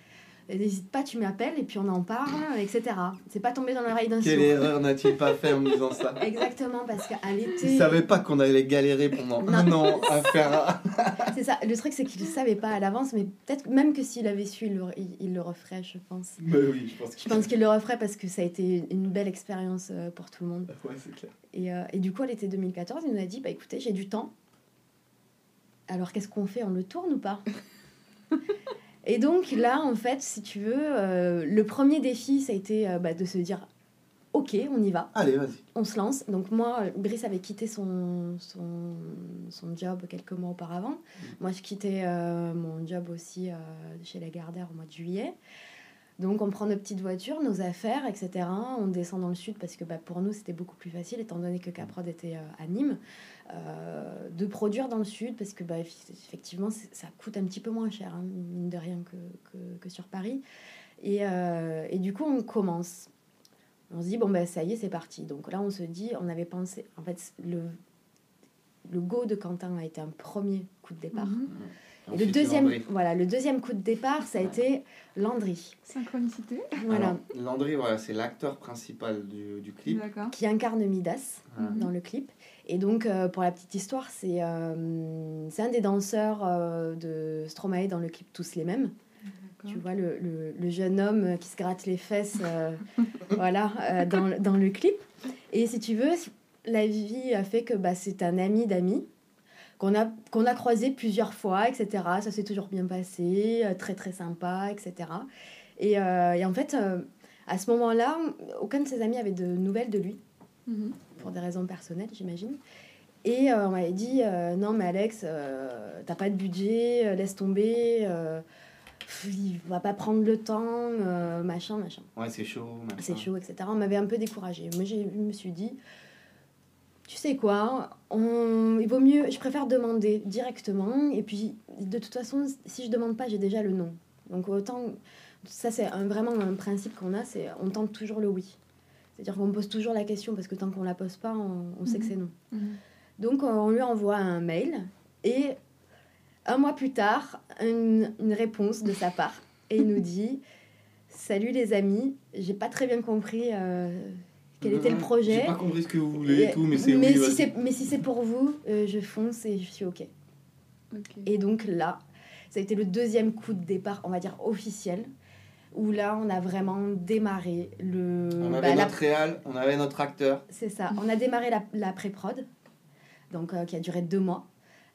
n'hésite pas, tu m'appelles et puis on en parle, etc. C'est pas tombé dans l'oreille d'un sourd. Quelle erreur n'a-t-il pas fait en me disant ça? Exactement, parce qu'à l'été... Il savait pas qu'on allait galérer pendant un an à faire... C'est ça, le truc c'est qu'il ne savait pas à l'avance, mais peut-être même que s'il avait su, il le referait, je pense. Mais oui, je pense qu'il le referait parce que ça a été une belle expérience pour tout le monde. Ouais, c'est clair. Et du coup, à l'été 2014, il nous a dit, bah écoutez, j'ai du temps. Alors qu'est-ce qu'on fait? On le tourne ou pas? Et donc là, en fait, si tu veux, le premier défi, ça a été de se dire, ok, on y va. Allez, vas-y. On se lance. Donc moi, Brice avait quitté son job quelques mois auparavant. Moi, je quittais mon job aussi chez Lagardère au mois de juillet. Donc on prend nos petites voitures, nos affaires, etc. On descend dans le sud parce que pour nous, c'était beaucoup plus facile, étant donné que Caprod était à Nîmes, de produire dans le sud parce que effectivement, ça coûte un petit peu moins cher, hein, mine de rien, que sur Paris. Et du coup, on commence. On se dit, ça y est, c'est parti. Donc là, on se dit, on avait pensé... En fait, le go de Quentin a été un premier coup de départ. Et le deuxième coup de départ, ça a été Landry. Synchronicité. Voilà. Alors, Landry, c'est l'acteur principal du clip. D'accord. Qui incarne Midas dans le clip. Et donc, pour la petite histoire, c'est un des danseurs de Stromae dans le clip Tous les mêmes. D'accord. Tu vois le jeune homme qui se gratte les fesses dans le clip. Et si tu veux, la vie a fait que c'est un ami d'amis qu'on a croisé plusieurs fois, etc. Ça s'est toujours bien passé, très très sympa, etc. Et en fait, à ce moment-là, aucun de ses amis avait de nouvelles de lui, pour des raisons personnelles, j'imagine. Et on m'avait dit, non mais Alex, t'as pas de budget, laisse tomber, il va pas prendre le temps, machin. Ouais, c'est chaud. Machin. C'est chaud, etc. On m'avait un peu découragée. Moi, je me suis dit... Tu sais quoi, il vaut mieux, je préfère demander directement, et puis de toute façon, si je demande pas, j'ai déjà le non. Donc autant, ça c'est vraiment un principe qu'on a, c'est on tente toujours le oui. C'est-à-dire qu'on pose toujours la question, parce que tant qu'on la pose pas, on sait que c'est non. Donc on lui envoie un mail, et un mois plus tard, une réponse de sa part, et il nous dit « Salut les amis, j'ai pas très bien compris... quel était le projet. J'ai pas compris ce que vous voulez et tout, mais c'est oui, mais si c'est pour vous, je fonce et je suis OK. Et donc là, ça a été le deuxième coup de départ, on va dire officiel, où là, on a vraiment démarré on avait notre réal, on avait notre acteur. C'est ça. On a démarré la pré-prod, donc qui a duré 2 mois.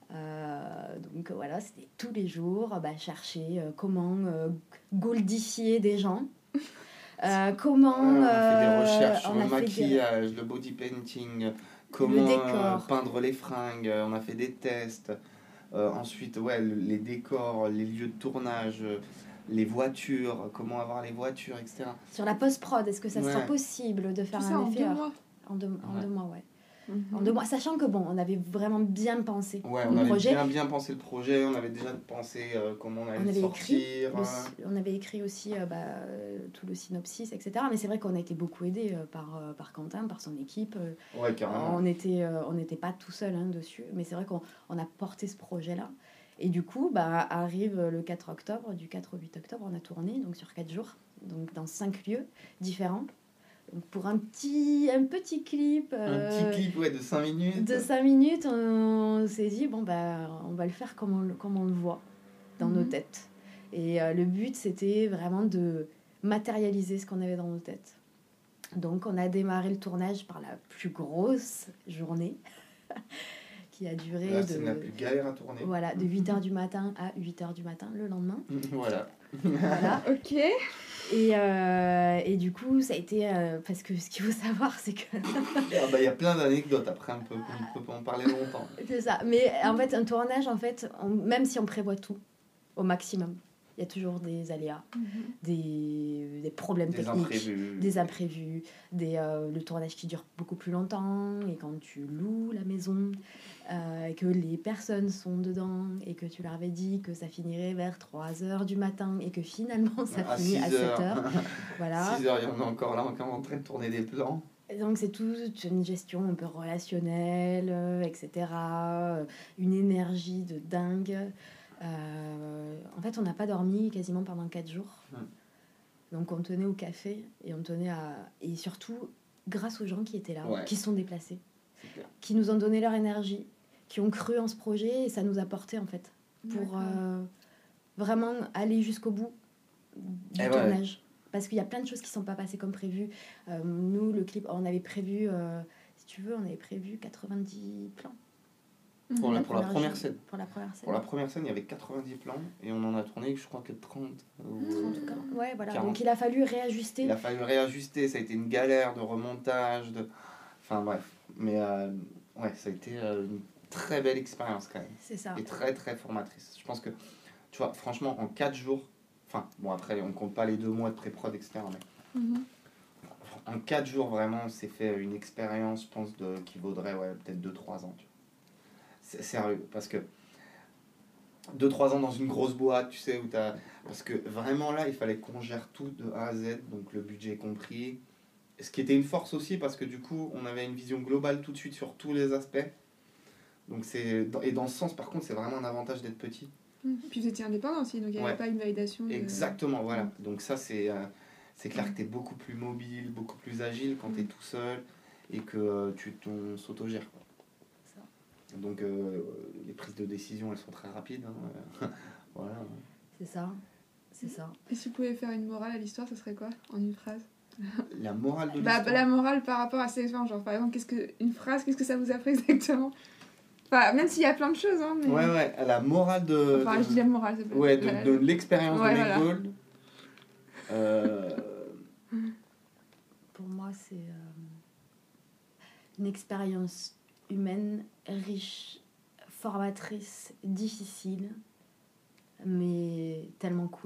Donc voilà, c'était tous les jours, chercher comment goldifier des gens. Comment on a fait des recherches sur le maquillage, le body painting, comment peindre les fringues, on a fait des tests, ensuite les décors, les lieux de tournage, les voitures, comment avoir les voitures, etc. Sur la post-prod, est-ce que ça sera possible de faire tout ça un effet en 2 mois? En 2 mois, ouais. En 2 mois, sachant que on avait vraiment bien pensé on avait bien pensé le projet, on avait déjà pensé comment on allait sortir. On avait écrit aussi tout le synopsis, etc. Mais c'est vrai qu'on a été beaucoup aidé par Quentin, par son équipe. Ouais, carrément. On n'était pas tout seul dessus, mais c'est vrai qu'on a porté ce projet-là. Et du coup, arrive le 4 octobre, du 4 au 8 octobre, on a tourné donc sur 4 jours, donc dans 5 lieux différents. Donc pour un petit clip... un petit clip de 5 minutes. De 5 minutes, on s'est dit, on va le faire comme on le voit dans nos têtes. Et le but, c'était vraiment de matérialiser ce qu'on avait dans nos têtes. Donc on a démarré le tournage par la plus grosse journée, qui a duré... C'est la plus galère à tourner. Voilà, de 8h du matin à 8h du matin le lendemain. Voilà. Ok. Et du coup, ça a été... parce que ce qu'il faut savoir, c'est que... y a plein d'anecdotes, après on peut en parler longtemps. C'est ça. Mais en fait, un tournage, même si on prévoit tout au maximum, il y a toujours des aléas, des problèmes techniques, des imprévus, le tournage qui dure beaucoup plus longtemps, et quand tu loues la maison, que les personnes sont dedans, et que tu leur avais dit que ça finirait vers 3h du matin, et que finalement ça finit à 7h. Voilà. 6h, on est encore là, encore en train de tourner des plans. Et donc c'est toute une gestion un peu relationnelle, etc. Une énergie de dingue. En fait, on n'a pas dormi quasiment pendant 4 jours. Donc on tenait au café et on tenait à... Et surtout, grâce aux gens qui étaient là, Ouais. qui se sont déplacés, qui nous ont donné leur énergie, qui ont cru en ce projet et ça nous a porté en fait pour vraiment aller jusqu'au bout du tournage. Parce qu'il y a plein de choses qui ne sont pas passées comme prévu. Nous, le clip, on avait prévu, si tu veux, on avait prévu 90 plans. Pour la première scène. Pour la première scène. Pour la première scène, il y avait 90 plans et on en a tourné, je crois que 30. 30 ou 40. Ouais, voilà. 40. Donc il a fallu réajuster. Il a fallu réajuster, ça a été une galère de remontage, enfin bref. Mais ouais, ça a été une très belle expérience quand même. C'est ça. Et très très formatrice. Je pense que, tu vois, franchement, en 4 jours, enfin, bon après, on compte pas les 2 mois de pré-prod, etc. Mais en 4 jours, vraiment, on s'est fait une expérience, je pense, qui vaudrait peut-être 2-3 ans. Tu vois. C'est sérieux, parce que 2-3 ans dans une grosse boîte, tu sais, parce que vraiment là, il fallait qu'on gère tout de A à Z, donc le budget compris. Ce qui était une force aussi, parce que du coup, on avait une vision globale tout de suite sur tous les aspects. Donc et dans ce sens, par contre, c'est vraiment un avantage d'être petit. Puis vous étiez indépendant aussi, donc il n'y avait pas une validation. Exactement, voilà. Donc ça, c'est clair que tu es beaucoup plus mobile, beaucoup plus agile quand tu es tout seul et que on s'autogère. Donc les prises de décision, elles sont très rapides. Hein. Voilà. C'est ça. C'est ça. Et si vous pouvez faire une morale à l'histoire, ça serait quoi en une phrase? La morale de l'histoire. La morale par rapport à cette expérience, genre par exemple, qu'est-ce que ça vous a fait exactement? Enfin, même s'il y a plein de choses, hein. Mais... Ouais, la morale de... Enfin, je dis la morale, ça peut ouais, de l'expérience de Make Gold. Pour moi, c'est une expérience humaine, riche, formatrice, difficile, mais tellement cool.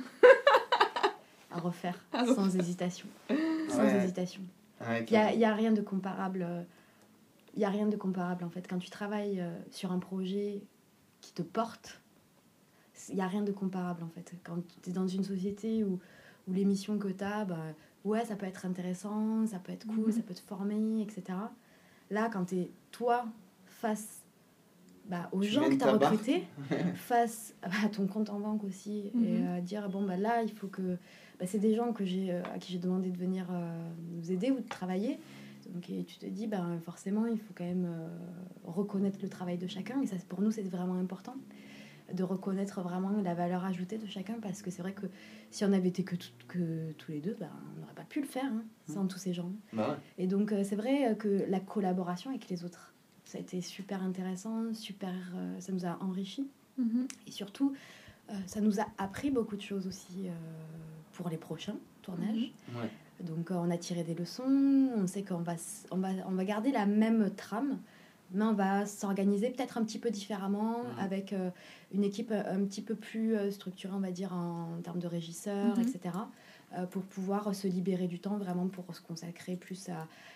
À refaire, sans hésitation. Sans hésitation. Il y a rien de comparable. Il y a rien de comparable en fait. Quand tu travailles sur un projet qui te porte, il y a rien de comparable en fait. Quand tu es dans une société où les missions que tu as, ouais, ça peut être intéressant, ça peut être cool, ça peut te former, etc. Là, quand tu es toi face aux gens que tu as recrutés, face à ton compte en banque aussi, et dire là, il faut que... c'est des gens à qui j'ai demandé de venir nous aider ou de travailler. Donc, et tu te dis, forcément, il faut quand même reconnaître le travail de chacun. Et ça, pour nous, c'est vraiment important de reconnaître vraiment la valeur ajoutée de chacun. Parce que c'est vrai que si on avait été que tous les deux, on n'aurait pas pu le faire sans tous ces gens. Bah ouais. Et donc, c'est vrai que la collaboration avec les autres, ça a été super intéressant, ça nous a enrichis. Et surtout, ça nous a appris beaucoup de choses aussi pour les prochains tournages. Ouais. Donc on a tiré des leçons, on sait qu'on va garder la même trame, mais on va s'organiser peut-être un petit peu différemment, avec une équipe un petit peu plus structurée, on va dire, en termes de régisseurs, etc., pour pouvoir se libérer du temps vraiment pour se consacrer plus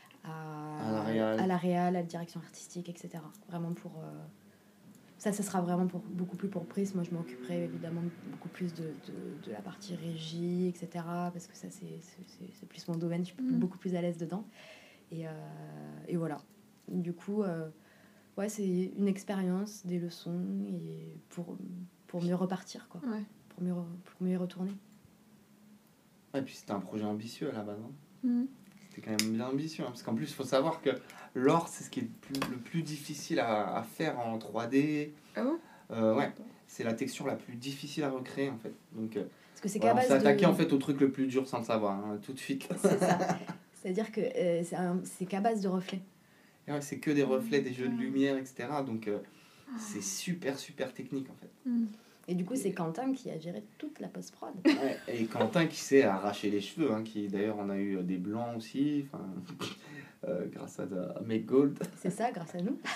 à la réal, à la direction artistique, etc. Vraiment pour... Ça sera vraiment beaucoup plus pour Prise. Moi, je m'occuperai évidemment beaucoup plus de la partie régie, etc. Parce que ça, c'est plus mon domaine. Je suis beaucoup plus à l'aise dedans. Et voilà. Du coup, c'est une expérience, des leçons, et pour mieux repartir, quoi. Ouais. Pour mieux y retourner. Et puis, c'était un projet ambitieux à la base. C'était quand même bien ambitieux. Parce qu'en plus, il faut savoir que l'or, c'est ce qui est le plus difficile à faire en 3D. Ah bon ouais, c'est la texture la plus difficile à recréer en fait. Donc, parce que c'est on s'est attaqué en fait au truc le plus dur sans le savoir, tout de suite. C'est ça. C'est-à-dire que c'est qu'à base de reflets. Et ouais, c'est que des reflets, des jeux de lumière, etc. Donc c'est super technique en fait. Et du coup, c'est Quentin qui a géré toute la post-prod. Ouais, et Quentin qui s'est arraché les cheveux, qui d'ailleurs on a eu des blancs aussi, grâce à Make Gold. C'est ça, grâce à nous.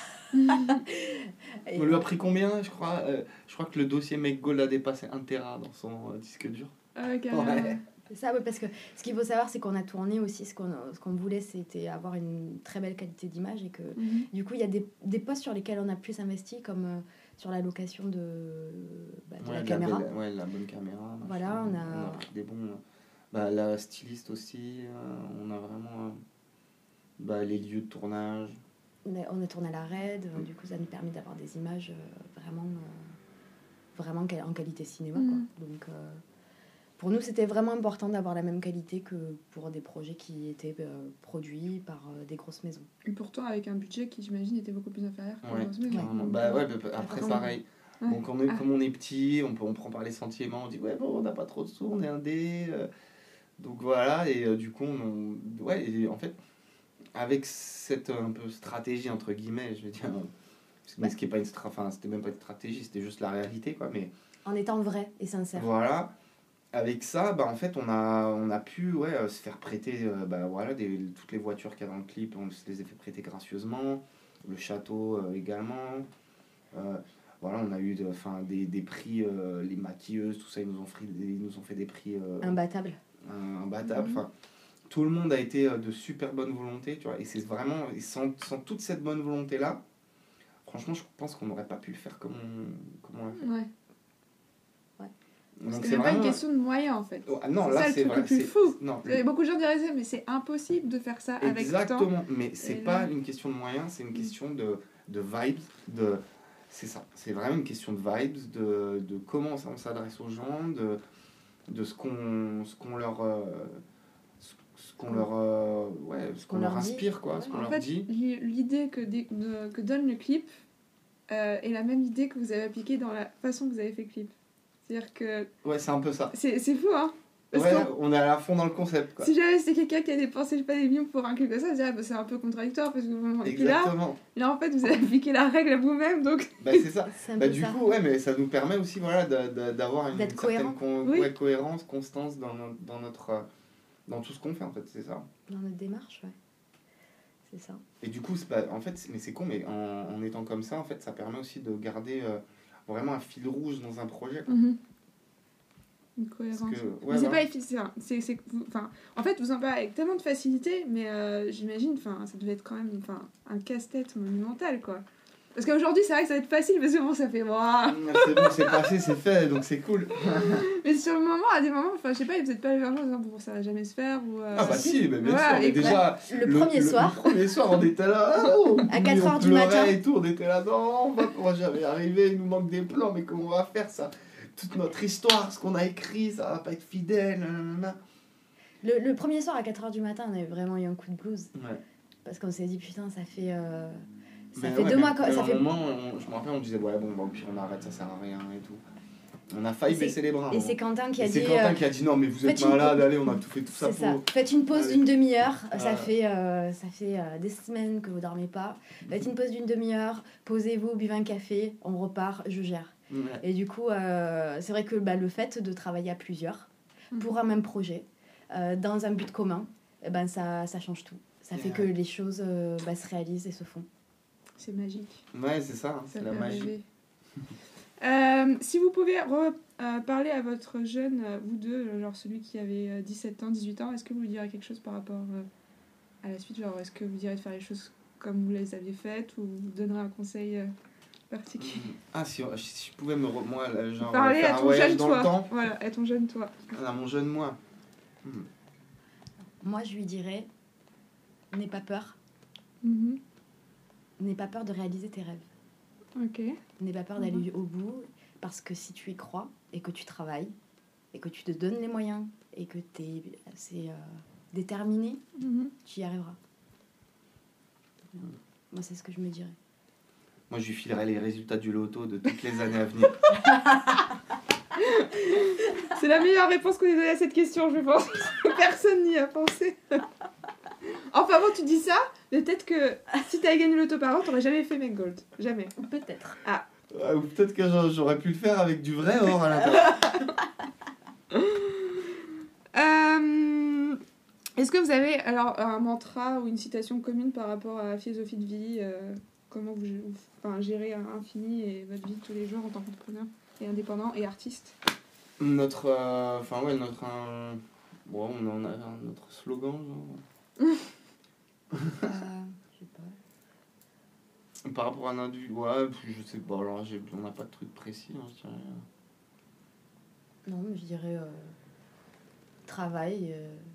On lui a pris combien, je crois que le dossier Make Gold a dépassé 1 Tera dans son disque dur. Ah, carrément. Ouais. C'est ça, parce que ce qu'il faut savoir, c'est qu'on a tourné aussi, ce qu'on voulait, c'était avoir une très belle qualité d'image, et que du coup, il y a des postes sur lesquels on a plus investi, comme sur la location de la caméra. La bonne caméra. Voilà, on a pris des bons... la styliste aussi, on a vraiment les lieux de tournage. On a tourné à la RAID, du coup, ça nous permet d'avoir des images vraiment en qualité cinéma, quoi. Donc... pour nous, c'était vraiment important d'avoir la même qualité que pour des projets qui étaient produits par des grosses maisons. Et pourtant, avec un budget qui, j'imagine, était beaucoup plus inférieur que Ouais, grosses maisons. Après, pareil. Ouais. Donc, comme on est petit, on prend par les sentiments, on dit ouais, bon, on n'a pas trop de sous, on est indé. Donc voilà, et du coup, et en fait, avec cette un peu stratégie, entre guillemets, je veux dire, mais ce qui est pas c'était même pas une stratégie, c'était juste la réalité, quoi, mais... En étant vrai et sincère. Voilà. Avec ça, en fait, on a pu se faire prêter toutes les voitures qu'il y a dans le clip, on se les a fait prêter gracieusement, le château également. On a eu des prix, les maquilleuses, tout ça, ils nous ont fait des prix... Imbattables. Tout le monde a été de super bonne volonté, tu vois, et c'est vraiment, sans toute cette bonne volonté-là, franchement, je pense qu'on n'aurait pas pu le faire comme on l'a fait. Ouais. Donc c'est pas une question de moyens en fait. Non, là c'est le plus fou. Beaucoup de gens diraient mais c'est impossible de faire ça avec temps. Exactement, mais c'est pas une question de moyens, c'est une question de vibes, c'est ça. C'est vraiment une question de vibes, de comment on s'adresse aux gens, de ce qu'on leur inspire, quoi, ce qu'on leur dit. L'idée que donne le clip est la même idée que vous avez appliquée dans la façon que vous avez fait le clip. C'est-à-dire que... Ouais, c'est un peu ça. C'est fou, hein. On est à fond dans le concept, quoi. Si jamais c'était quelqu'un qui a dépensé, je sais pas, des millions pour un clip comme ça, je dirais c'est un peu contradictoire, parce que... Exactement. Là, en fait, vous avez appliqué la règle à vous-même, donc... C'est ça. Du coup, mais ça nous permet aussi, d'avoir une certaine cohérence, constance dans tout ce qu'on fait, en fait, c'est ça. Dans notre démarche, ouais. C'est ça. Et du coup, c'est con, mais en étant comme ça, en fait, ça permet aussi de garder... vraiment un fil rouge dans un projet, quoi. Une cohérence. Mais c'est pas efficace. En fait, vous en parlez avec tellement de facilité, mais j'imagine, ça devait être quand même un casse-tête monumental, quoi. Parce qu'aujourd'hui, c'est vrai que ça va être facile, parce que bon, ça fait... Wow. C'est bon, c'est passé, c'est fait, donc c'est cool. Mais sur le moment, à des moments, je sais pas, vous êtes pas levé un jour en disant, bon, ça va jamais se faire, ou... si, mais bien sûr, mais déjà... Le premier soir, on était là, à 4h du matin. Et tout, on était là, non, on va jamais arriver, il nous manque des plans, mais comment on va faire ça? Toute notre histoire, ce qu'on a écrit, ça va pas être fidèle, Le premier soir, à 4h du matin, on avait vraiment eu un coup de blues. Ouais. Parce qu'on s'est dit, putain, ça fait... Ça fait 2 mois. Ça fait... moment, je me rappelle, on disait, ouais, bon, puis on arrête, ça sert à rien et tout. On a failli baisser les bras. Et c'est Quentin qui a dit... C'est Quentin qui a dit, non, mais vous êtes malade, allez, on a tout fait tout ça pour... Faites une pause d'une demi-heure, ça fait des semaines que vous dormez pas. Faites une pause d'une demi-heure, posez-vous, buvez un café, on repart, je gère. Ouais. Et du coup, c'est vrai que le fait de travailler à plusieurs, pour un même projet, dans un but commun, ça change tout. Ça fait que les choses se réalisent et se font. C'est magique. Ouais, c'est ça, c'est la magie. Si vous pouvez parler à votre jeune, vous deux, genre celui qui avait 17 ans, 18 ans, est-ce que vous lui direz quelque chose par rapport à la suite? Genre, est-ce que vous direz de faire les choses comme vous les aviez faites, ou vous donnerez un conseil particulier? Si je pouvais parler faire à un ton voyage jeune dans toi. le temps. Voilà, à ton jeune toi. À mon jeune moi. Moi, je lui dirais, n'aie pas peur. N'aie pas peur de réaliser tes rêves. Ok. N'aie pas peur d'aller au bout, parce que si tu y crois, et que tu travailles, et que tu te donnes les moyens, et que tu es assez déterminé, tu y arriveras. Moi, c'est ce que je me dirais. Moi, je lui filerais les résultats du loto de toutes les années à venir. C'est la meilleure réponse qu'on ait donnée à cette question, je pense. Personne n'y a pensé. Enfin bon, tu dis ça, mais peut-être que si t'avais gagné le loto par an, t'aurais jamais fait Mangold. Jamais. Peut-être. Ou peut-être que j'aurais pu le faire avec du vrai or à l'intérieur. Est-ce que vous avez alors un mantra ou une citation commune par rapport à la philosophie de vie, comment vous gérez Infini et votre vie de tous les jours en tant qu'entrepreneur et indépendant et artiste? On a notre slogan, genre. Je sais pas. Par rapport à un individu, je sais pas, alors on n'a pas de truc précis, hein, je dirais. Non, mais je dirais travail.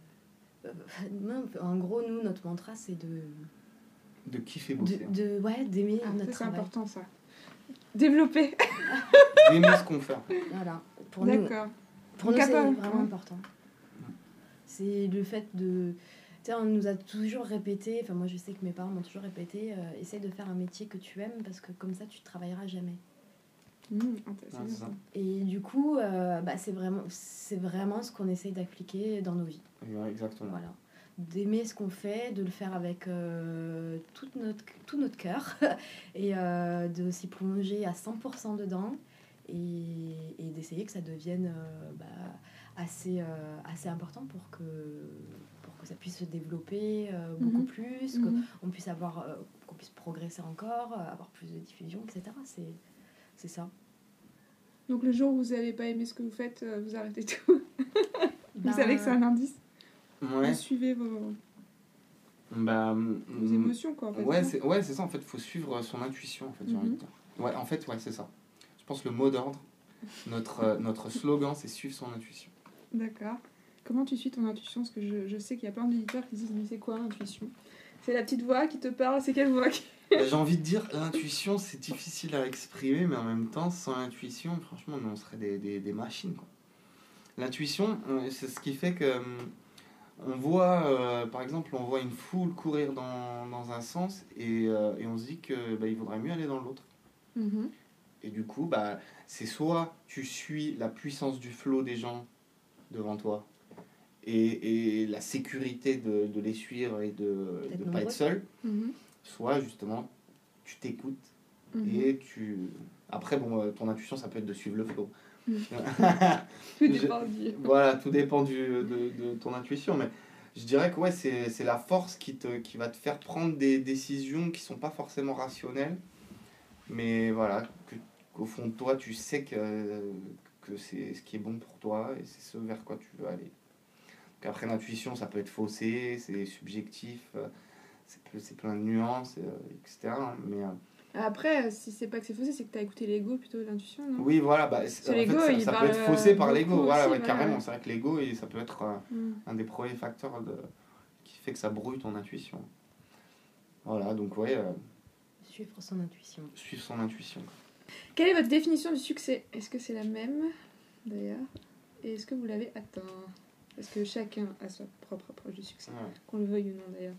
En gros, nous, notre mantra, c'est de kiffer bosser. D'aimer notre travail. C'est important, ça. Développer. D'aimer ce qu'on fait. Voilà, D'accord. Pour nous, c'est capable. vraiment important. C'est le fait de... Tu sais, on nous a toujours répété, enfin moi je sais que mes parents m'ont toujours répété, essaye de faire un métier que tu aimes parce que comme ça tu travailleras jamais. Intéressant. ça. Et du coup, c'est vraiment ce qu'on essaye d'appliquer dans nos vies. Ouais, exactement. Voilà. D'aimer ce qu'on fait, de le faire avec tout notre cœur et de s'y plonger à 100% dedans et d'essayer que ça devienne assez important pour que ça puisse se développer beaucoup plus, qu'on puisse qu'on puisse progresser encore, avoir plus de diffusion, etc. C'est ça. Donc le jour où vous n'avez pas aimé ce que vous faites, vous arrêtez tout. Vous savez que c'est un indice. Ouais. Vous suivez vos émotions, quoi. En fait, ouais, c'est ça. En fait, il faut suivre son intuition, en fait, j'ai envie de dire. Ouais, en fait, ouais, c'est ça. Je pense que le mot d'ordre, notre slogan, c'est suivre son intuition. D'accord. Comment tu suis ton intuition? Parce que je sais qu'il y a plein d'éditeurs qui disent, mais c'est quoi l'intuition? C'est la petite voix qui te parle, c'est quelle voix J'ai envie de dire, l'intuition, c'est difficile à exprimer, mais en même temps, sans l'intuition, franchement, on serait des machines, quoi. L'intuition, c'est ce qui fait que on voit, par exemple, on voit une foule courir dans un sens et on se dit que il vaudrait mieux aller dans l'autre. Et du coup, c'est soit tu suis la puissance du flot des gens devant toi et la sécurité de les suivre et de ne pas être seul, soit justement tu t'écoutes et tu... Après, bon, ton intuition, ça peut être de suivre le flot. Tout dépend Voilà, tout dépend de ton intuition, mais je dirais que ouais, c'est la force qui va te faire prendre des décisions qui sont pas forcément rationnelles, mais voilà, qu'au fond de toi, tu sais que c'est ce qui est bon pour toi et c'est ce vers quoi tu veux aller. Donc après, l'intuition, ça peut être faussé, c'est subjectif, c'est plein de nuances, etc. Mais... Après, si c'est pas que c'est faussé, c'est que tu as écouté l'ego plutôt que l'intuition, non? Oui, voilà, l'ego, ça peut être faussé par l'ego, voilà, aussi, carrément. C'est vrai que l'ego, ça peut être un des premiers facteurs qui fait que ça brouille ton intuition. Voilà, donc ouais. Suivre son intuition. Suivre son intuition. Quelle est votre définition du succès? Est-ce que c'est la même, d'ailleurs? Et est-ce que vous l'avez atteint? Parce que chacun a sa propre approche du succès, qu'on le veuille ou non, d'ailleurs.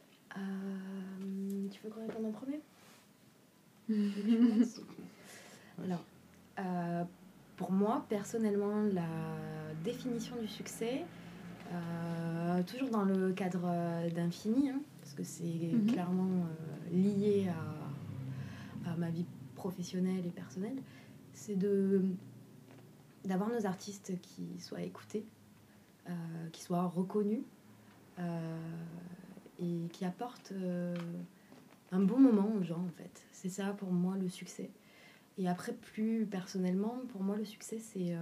Tu veux qu'on réponde en premier? Alors, pour moi, personnellement, la définition du succès, toujours dans le cadre d'Infini, parce que c'est clairement lié à ma vie professionnelle et personnelle, c'est d'avoir nos artistes qui soient écoutés, qui soient reconnus et qui apportent un bon moment aux gens, en fait. C'est ça pour moi le succès. Et après, plus personnellement, pour moi le succès, c'est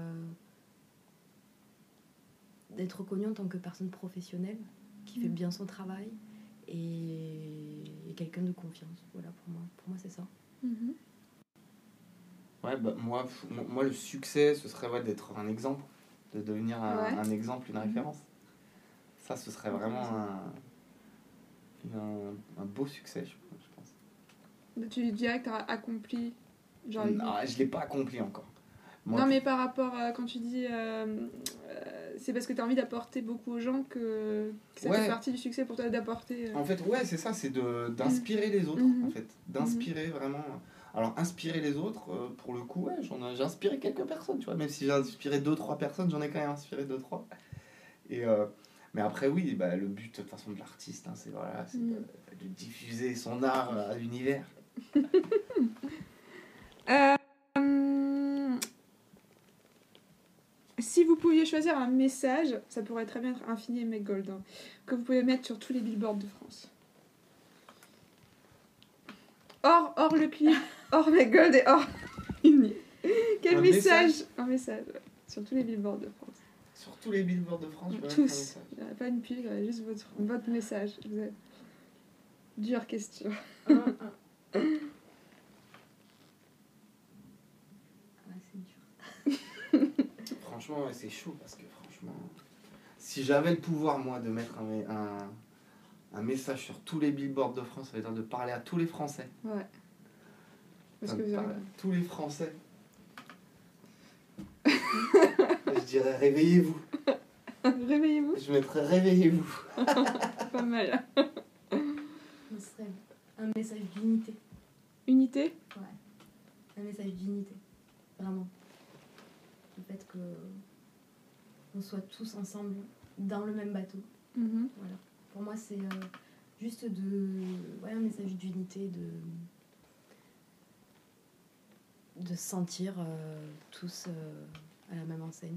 d'être reconnu en tant que personne professionnelle qui fait bien son travail et quelqu'un de confiance. Voilà, pour moi c'est ça. Ouais, moi le succès, ce serait d'être un exemple, de devenir un exemple, une référence. Ça, ce serait vraiment un beau succès, je pense. Tu dirais que tu as accompli genre... Non, je l'ai pas accompli encore. Moi, non, mais par rapport à quand tu dis c'est parce que tu as envie d'apporter beaucoup aux gens que ça fait partie du succès pour toi d'apporter... En fait, ouais, c'est ça, c'est d'inspirer les autres, en fait. D'inspirer vraiment... Alors, inspirer les autres, pour le coup, ouais, j'ai inspiré quelques personnes, tu vois. Même si j'ai inspiré 2-3 personnes, j'en ai quand même inspiré 2-3. Et... mais après, oui, le but de toute façon de l'artiste, c'est de diffuser son art à l'univers. Si vous pouviez choisir un message, ça pourrait très bien être Infini et Make Gold, que vous pouvez mettre sur tous les billboards de France. Hors le clip, hors Make Gold et hors Infini. Quel message? Un message, ouais, sur tous les billboards de France. Sur tous les billboards de France, tous. Il n'y a pas une pile, juste votre message. Vous avez... Dure question. C'est dur. Franchement, c'est chaud parce que franchement, si j'avais le pouvoir, moi, de mettre un message sur tous les billboards de France, ça veut dire de parler à tous les Français. Ouais. Parce que tous les Français. Je Je dirais réveillez-vous. Réveillez-vous. Je mettrais réveillez-vous. Pas mal. Ce serait un message d'unité. Unité? Ouais. Un message d'unité. Vraiment. Le fait que on soit tous ensemble dans le même bateau. Voilà. Pour moi, c'est juste un message d'unité, de se sentir tous à la même enseigne.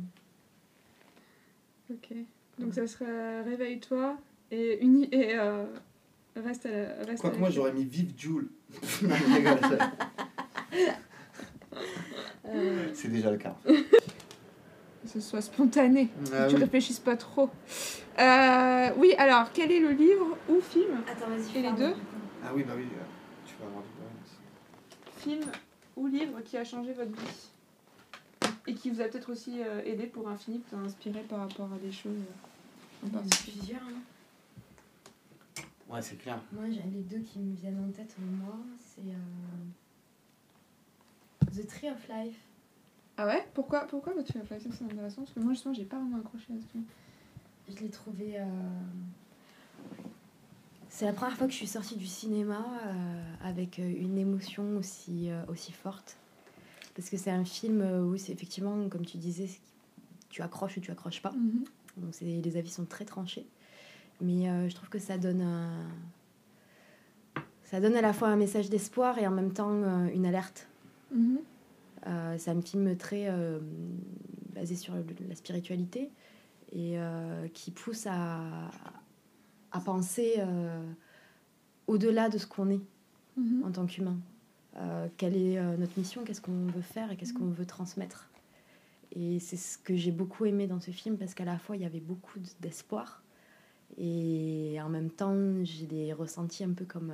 Ok. Donc ça serait réveille-toi et reste à la... Reste Quoique avec moi elle. j'aurais mis vive Jules. Non, je rigole, c'est déjà le cas. Que ce soit spontané, que tu réfléchisses pas trop. Oui, alors, quel est le livre ou film? Attends, vas-y. Et les deux? Ah oui, bah oui, tu vas avoir du problème aussi. Film ou livre qui a changé votre vie et qui vous a peut-être aussi aidé pour Infini, qui t'a inspiré par rapport à des choses en Il y en a particulier. plusieurs. Hein. Ouais, c'est clair. Moi, j'ai les deux qui me viennent en tête. Moi, c'est The Tree of Life. Ah ouais? Pourquoi votre film ça c'est intéressant? Parce que moi, justement, j'ai pas vraiment accroché à ce film. Je l'ai trouvé... C'est la première fois que je suis sortie du cinéma avec une émotion aussi forte. Parce que c'est un film où c'est effectivement, comme tu disais, tu accroches ou tu accroches pas. Donc les avis sont très tranchés. Mais je trouve que ça donne à la fois un message d'espoir et en même temps une alerte. C'est un film très basé sur la spiritualité et qui pousse à penser au-delà de ce qu'on est en tant qu'humain. Quelle est notre mission, qu'est-ce qu'on veut faire et qu'est-ce qu'on veut transmettre. Et c'est ce que j'ai beaucoup aimé dans ce film parce qu'à la fois il y avait beaucoup d'espoir et en même temps j'ai des ressentis un peu comme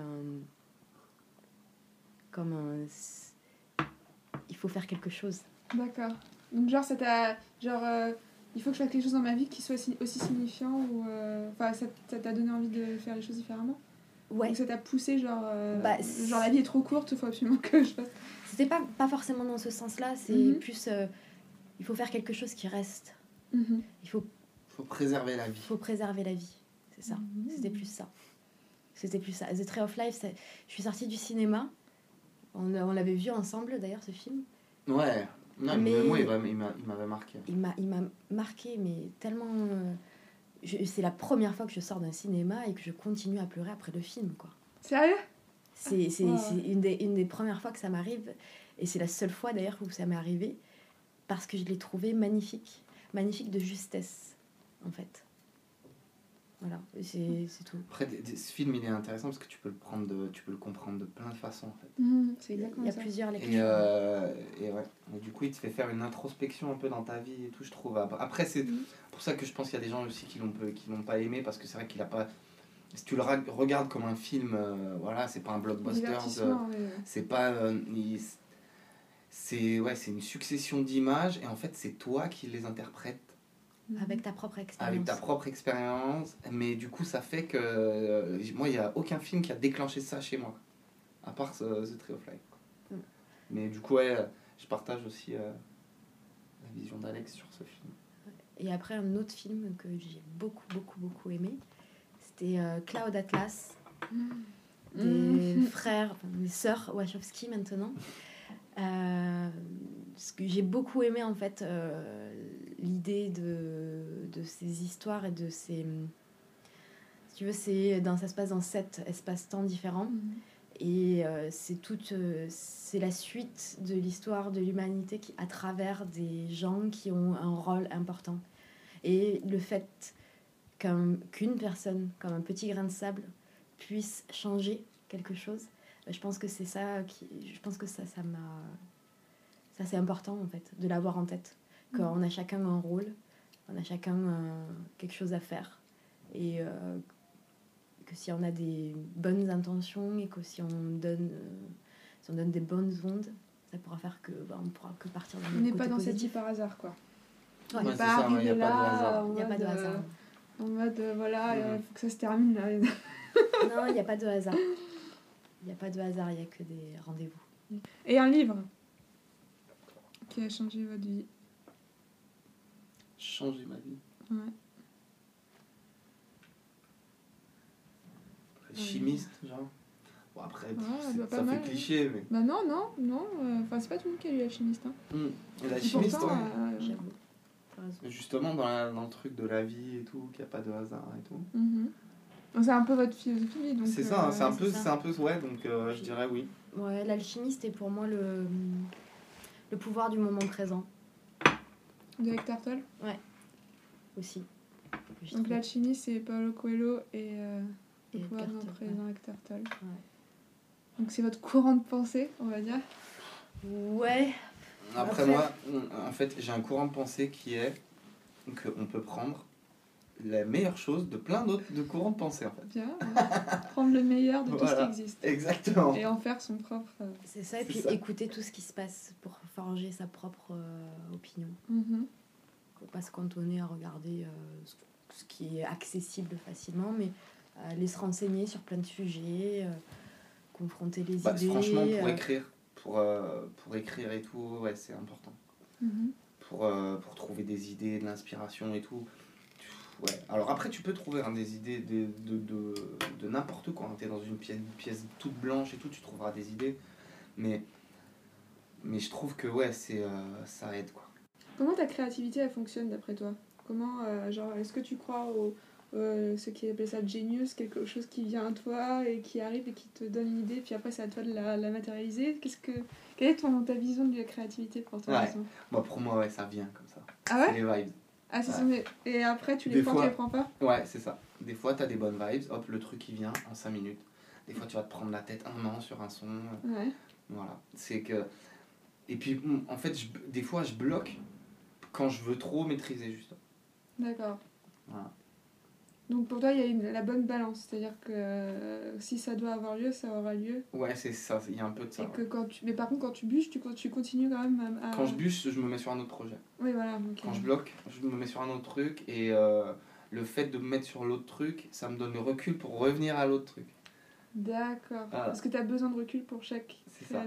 il faut faire quelque chose. D'accord. Donc genre ça t'a... il faut que je fasse quelque chose dans ma vie qui soit aussi signifiant ou... Enfin, ça t'a donné envie de faire les choses différemment? Ouais. Donc ça t'a poussé genre la vie est trop courte, il faut absolument que je fasse... C'était pas forcément dans ce sens-là, c'est plus... il faut faire quelque chose qui reste. Il faut préserver la vie. Il faut préserver la vie, c'est ça. C'était plus ça. The Tree of Life, je suis sortie du cinéma. On l'avait vu ensemble d'ailleurs, ce film. Ouais. Non, mais moi, il m'avait marqué. Il m'a marqué, mais tellement... c'est la première fois que je sors d'un cinéma et que je continue à pleurer après le film, quoi. Sérieux? C'est une des premières fois que ça m'arrive. Et c'est la seule fois d'ailleurs où ça m'est arrivé. Parce que je l'ai trouvé magnifique. Magnifique de justesse, en fait. Voilà, c'est tout. Après, ce film, il est intéressant parce que tu peux le comprendre de plein de façons, en fait. C'est exactement il y a ça. plusieurs lectures. Et ouais. Et du coup, il te fait faire une introspection un peu dans ta vie et tout, je trouve. Après, c'est pour ça que je pense qu'il y a des gens aussi qui l'ont pas aimé parce que c'est vrai qu'il a pas... Si tu le regardes comme un film, voilà, c'est pas un blockbuster. C'est pas... c'est une succession d'images et en fait, c'est toi qui les interprètes. Avec ta propre expérience. Avec ta propre expérience. Mais du coup, ça fait que... moi, il n'y a aucun film qui a déclenché ça chez moi. À part The Tree of Life. Mais du coup, ouais, je partage aussi la vision d'Alex sur ce film. Et après, un autre film que j'ai beaucoup aimé, c'était Cloud Atlas, des frères, des sœurs Wachowski maintenant. Ce que j'ai beaucoup aimé en fait, l'idée de ces histoires et de ces... Si tu veux, ça se passe dans 7 espaces-temps différents. Et c'est la suite de l'histoire de l'humanité à travers des gens qui ont un rôle important. Et le fait qu'une personne, comme un petit grain de sable, puisse changer quelque chose, je pense que c'est ça je pense que ça c'est important en fait, de l'avoir en tête. Qu'on a chacun un rôle, on a chacun quelque chose à faire. Et que si on a des bonnes intentions et que si on donne des bonnes ondes, ça pourra faire que on pourra que partir dans le côté positif. On n'est pas dans cette vie par hasard, quoi. Ouais, on n'est pas arrivé là. Il n'y a pas de hasard. En mode, voilà, faut que ça se termine là. Non, il n'y a pas de hasard. Il n'y a pas de hasard, il n'y a que des rendez-vous. Et un livre qui a changé votre vie? changé ma vie. Ouais. Chimiste, genre. Bon, après, ça fait cliché, mais. Bah non. Enfin, c'est pas tout le monde qui a lu L'Alchimiste. Hein. La chimiste, pourtant, ouais. Justement, dans le truc de la vie et tout, qu'il n'y a pas de hasard et tout. C'est un peu votre philosophie. Donc, c'est ça, c'est un peu, ouais, donc je dirais oui. Ouais, l'alchimiste est pour moi le pouvoir du moment présent. De Hector Tolle. Ouais, aussi. Donc l'alchimiste, c'est Paulo Coelho et le pouvoir du moment présent, Hector Tolle. Ouais. Donc c'est votre courant de pensée, on va dire. Ouais. Après moi, en fait, j'ai un courant de pensée qui est qu'on peut prendre la meilleure chose de plein d'autres de courants de pensée, en fait. Bien, prendre le meilleur de tout ce qui existe. Exactement. Et en faire son propre... C'est ça, et puis écouter tout ce qui se passe pour forger sa propre opinion. Faut pas se cantonner à regarder ce qui est accessible facilement, mais aller se renseigner sur plein de sujets, confronter les idées. Franchement, pour écrire et tout, ouais, c'est important. Pour trouver des idées, de l'inspiration et tout. Ouais. Alors après, tu peux trouver des idées de n'importe quoi. T'es dans une pièce toute blanche et tout, tu trouveras des idées. Mais je trouve que ouais, ça aide, quoi. Comment ta créativité, elle fonctionne d'après toi ? Comment, est-ce que tu crois ce qui appelle ça genius, quelque chose qui vient à toi et qui arrive et qui te donne une idée, puis après c'est à toi de la matérialiser ? Quelle est ta vision de la créativité pour toi ? Ouais. Pour moi, ouais, ça vient comme ça. Ah ouais ? C'est les vibes. Ah, c'est ouais. Et après, tu les prends pas ? Ouais, c'est ça. Des fois, t'as des bonnes vibes, hop, le truc il vient en 5 minutes. Des fois, tu vas te prendre la tête 1 an sur un son. Ouais. Voilà. C'est que... Et puis, en fait, des fois, je bloque quand je veux trop maîtriser, justement. D'accord. Voilà. Donc pour toi, il y a la bonne balance, c'est-à-dire que si ça doit avoir lieu, ça aura lieu. Ouais, c'est ça, il y a un peu de ça. Et que mais par contre, quand tu bûches, tu continues quand même à... Quand je bûche, je me mets sur un autre projet. Oui, voilà. Okay. Quand je bloque, je me mets sur un autre truc, et le fait de me mettre sur l'autre truc, ça me donne le recul pour revenir à l'autre truc. D'accord. Parce que tu as besoin de recul pour chaque... C'est ça.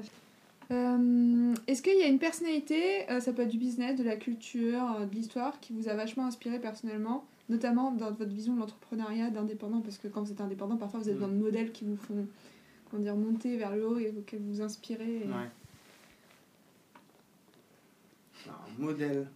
Est-ce qu'il y a une personnalité, ça peut être du business, de la culture, de l'histoire, qui vous a vachement inspiré personnellement, notamment dans votre vision de l'entrepreneuriat d'indépendant, parce que quand vous êtes indépendant, parfois vous êtes dans de modèles qui vous font monter vers le haut et auxquels vous inspirez. Et... Ouais. Alors, un modèle.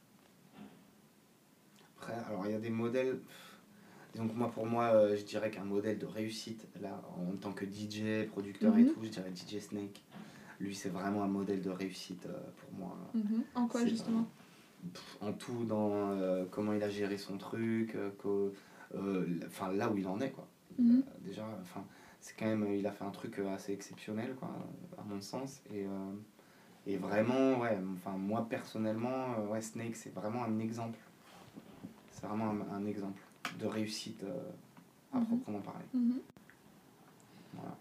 Après, alors il y a des modèles. Donc pour moi, je dirais qu'un modèle de réussite, là, en tant que DJ, producteur et tout, je dirais DJ Snake. Lui, c'est vraiment un modèle de réussite pour moi. En quoi, justement ? En tout, dans comment il a géré son truc, là où il en est, quoi. Déjà, c'est quand même, il a fait un truc assez exceptionnel, quoi, à mon sens. Et vraiment, ouais, moi personnellement, Snake, c'est vraiment un exemple. C'est vraiment un exemple de réussite à proprement parler. Voilà.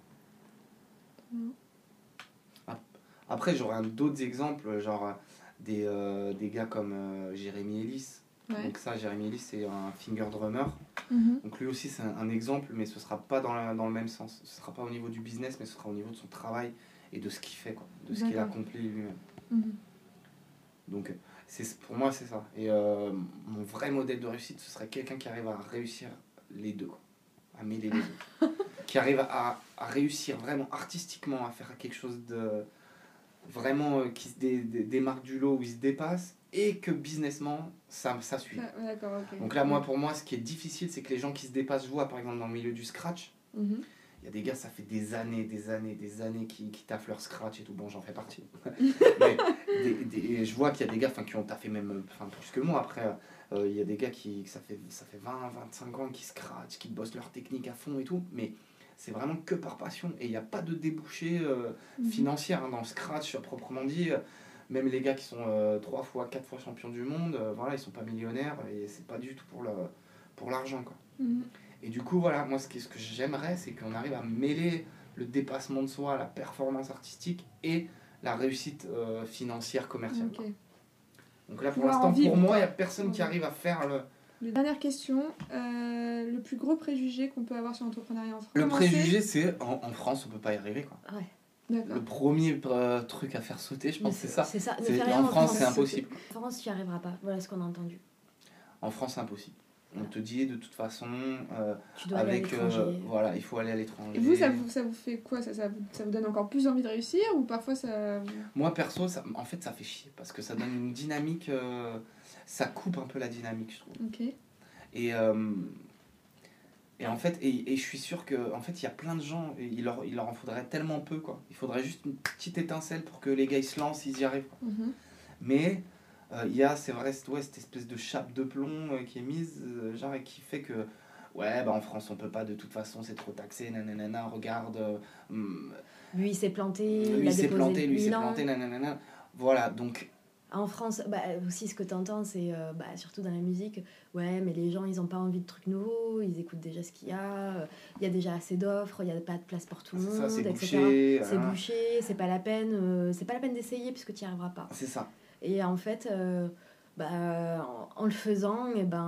Après, j'aurais d'autres exemples, genre des gars comme Jérémy Ellis. Ouais. Donc ça, Jérémy Ellis, c'est un finger drummer. Donc lui aussi, c'est un exemple, mais ce sera pas dans le même sens. Ce sera pas au niveau du business, mais ce sera au niveau de son travail et de ce qu'il fait, quoi, de ce qu'il accomplit lui-même. Donc pour moi, c'est ça. Et mon vrai modèle de réussite, ce serait quelqu'un qui arrive à réussir les deux, quoi, à mêler les deux. Qui arrive à réussir vraiment artistiquement, à faire quelque chose de... vraiment qui se démarque du lot, où il se dépasse, et que businessment ça suit. D'accord, okay. Donc là, pour moi, ce qui est difficile, c'est que les gens qui se dépassent, je vois par exemple dans le milieu du scratch, il y a des gars, ça fait des années qui taffent leur scratch et tout. Bon, j'en fais partie. Mais je vois qu'il y a des gars qui ont taffé même plus que moi. Après, il y a des gars ça fait 20-25 ans qui scratchent, qui bossent leur technique à fond et tout, mais c'est vraiment que par passion, et il n'y a pas de débouché financier dans le scratch proprement dit. Même les gars qui sont 3 fois, 4 fois champions du monde, voilà, ils sont pas millionnaires, et c'est pas du tout pour l'argent, quoi. Et du coup, voilà, moi ce que j'aimerais, c'est qu'on arrive à mêler le dépassement de soi, la performance artistique et la réussite financière, commerciale. Donc là, pour l'instant, pour moi, il n'y a personne qui arrive à faire Dernière question, le plus gros préjugé qu'on peut avoir sur l'entrepreneuriat en France. Le préjugé, c'est en France, on peut pas y arriver, quoi. Ouais. D'accord. Le premier truc à faire sauter, je pense, c'est ça. C'est ça. En France, c'est impossible. En France, tu n'y arriveras pas. Voilà ce qu'on a entendu. En France, c'est impossible. On te dit de toute façon, tu dois aller à l'étranger. Voilà, il faut aller à l'étranger. Et vous, ça vous fait quoi ça vous donne encore plus envie de réussir ou parfois ça... Moi, perso, en fait, ça fait chier parce que ça donne une dynamique, ça coupe un peu la dynamique, je trouve. Ok. Et en fait, et je suis sûr que en fait, il y a plein de gens, il leur en faudrait tellement peu, quoi. Il faudrait juste une petite étincelle pour que les gars ils se lancent, ils y arrivent, quoi. Mais il y a, c'est vrai, cette espèce de chape de plomb qui est mise, genre, et qui fait que, ouais, bah en France, on peut pas, de toute façon, c'est trop taxé, nanana, regarde. Lui, il s'est planté, lui, il s'est planté, nanana. Voilà, donc. En France, aussi, ce que tu entends, c'est, surtout dans la musique, ouais, mais les gens, ils n'ont pas envie de trucs nouveaux, ils écoutent déjà ce qu'il y a déjà assez d'offres, il n'y a pas de place pour tout le monde, ça, c'est etc. bouché, c'est bouché, c'est pas la peine d'essayer puisque tu n'y arriveras pas. C'est ça. Et en fait, en le faisant,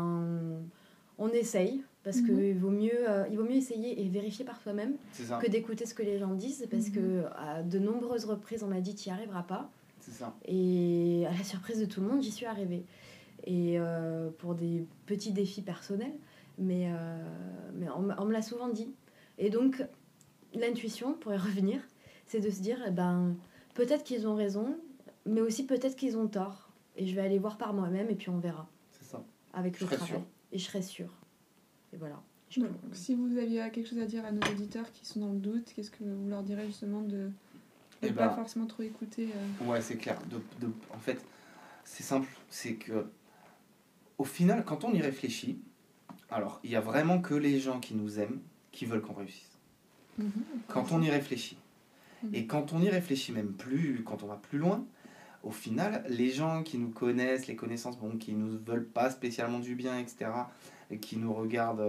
on essaye, parce qu'il vaut mieux essayer et vérifier par soi-même que d'écouter ce que les gens disent, parce que à de nombreuses reprises, on m'a dit tu n'y arriveras pas. C'est ça. Et à la surprise de tout le monde, j'y suis arrivée. Et pour des petits défis personnels, mais on me l'a souvent dit. Et donc, l'intuition, pour y revenir, c'est de se dire, peut-être qu'ils ont raison, mais aussi peut-être qu'ils ont tort. Et je vais aller voir par moi-même, et puis on verra. C'est ça. Avec le travail. Sûr. Et je serai sûre. Et voilà. Donc, si vous aviez quelque chose à dire à nos auditeurs qui sont dans le doute, qu'est-ce que vous leur direz justement de ne pas forcément trop écouter Ouais, c'est clair. En fait, c'est simple. C'est que, au final, quand on y réfléchit, alors, il y a vraiment que les gens qui nous aiment qui veulent qu'on réussisse. Quand on y réfléchit. Et quand on y réfléchit même plus, quand on va plus loin, au final, les gens qui nous connaissent, les connaissances, qui nous veulent pas spécialement du bien, etc., et qui nous regardent,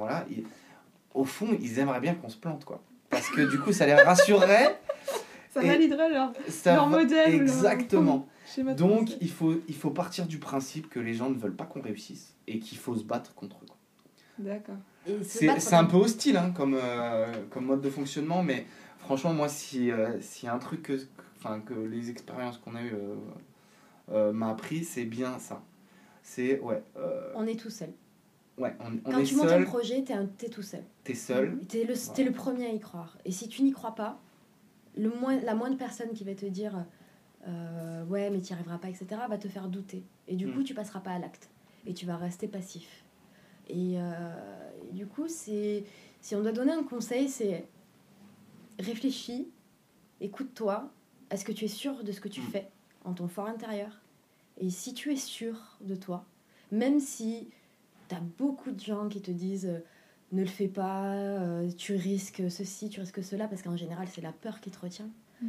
au fond, ils aimeraient bien qu'on se plante, quoi. Parce que du coup, ça les rassurerait. Ça validerait leur modèle. Exactement. Leur donc, il faut partir du principe que les gens ne veulent pas qu'on réussisse et qu'il faut se battre contre eux, quoi. D'accord. C'est un peu hostile comme mode de fonctionnement, mais franchement, moi, s'il y a un truc que les expériences qu'on a eues m'a appris, c'est bien ça. C'est, on est tout seul. Ouais, on Quand est tu seul. montes un projet, t'es tout seul. T'es seul. T'es le premier à y croire. Et si tu n'y crois pas, la moindre personne qui va te dire ouais, mais tu n'y arriveras pas, etc., va te faire douter. Et du coup, tu passeras pas à l'acte. Et tu vas rester passif. Et du coup, si on doit donner un conseil, c'est réfléchis, écoute-toi. Est-ce que tu es sûr de ce que tu fais en ton fort intérieur? Et si tu es sûr de toi, même si tu as beaucoup de gens qui te disent ne le fais pas, tu risques ceci, tu risques cela, parce qu'en général, c'est la peur qui te retient.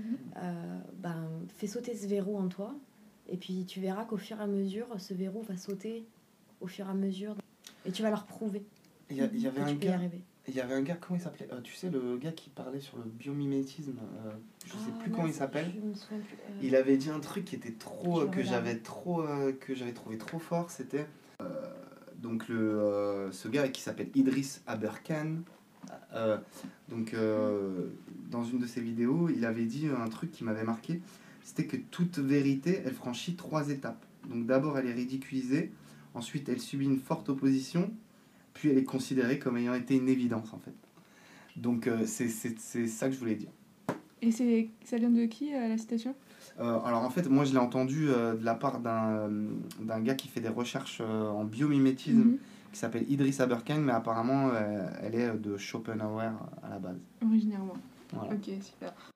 Fais sauter ce verrou en toi, et puis tu verras qu'au fur et à mesure, ce verrou va sauter au fur et à mesure, et tu vas leur prouver Il y avait que tu peux y arriver. Il y avait un gars, comment il s'appelait tu sais, le gars qui parlait sur le biomimétisme, je sais plus comment il s'appelle. Je me souviens plus. Il avait dit un truc qui était que j'avais trouvé trop fort, c'était donc ce gars qui s'appelle Idriss Aberkan. Dans une de ses vidéos, il avait dit un truc qui m'avait marqué, c'était que toute vérité, elle franchit 3 étapes. Donc d'abord, elle est ridiculisée, ensuite, elle subit une forte opposition, puis elle est considérée comme ayant été une évidence, en fait. Donc c'est ça que je voulais dire. Et ça vient de qui, la citation ? Alors en fait, moi je l'ai entendu de la part d'un gars qui fait des recherches en biomimétisme, qui s'appelle Idriss Aberkan, mais apparemment elle est de Schopenhauer à la base. Originairement. Voilà. Ok, super.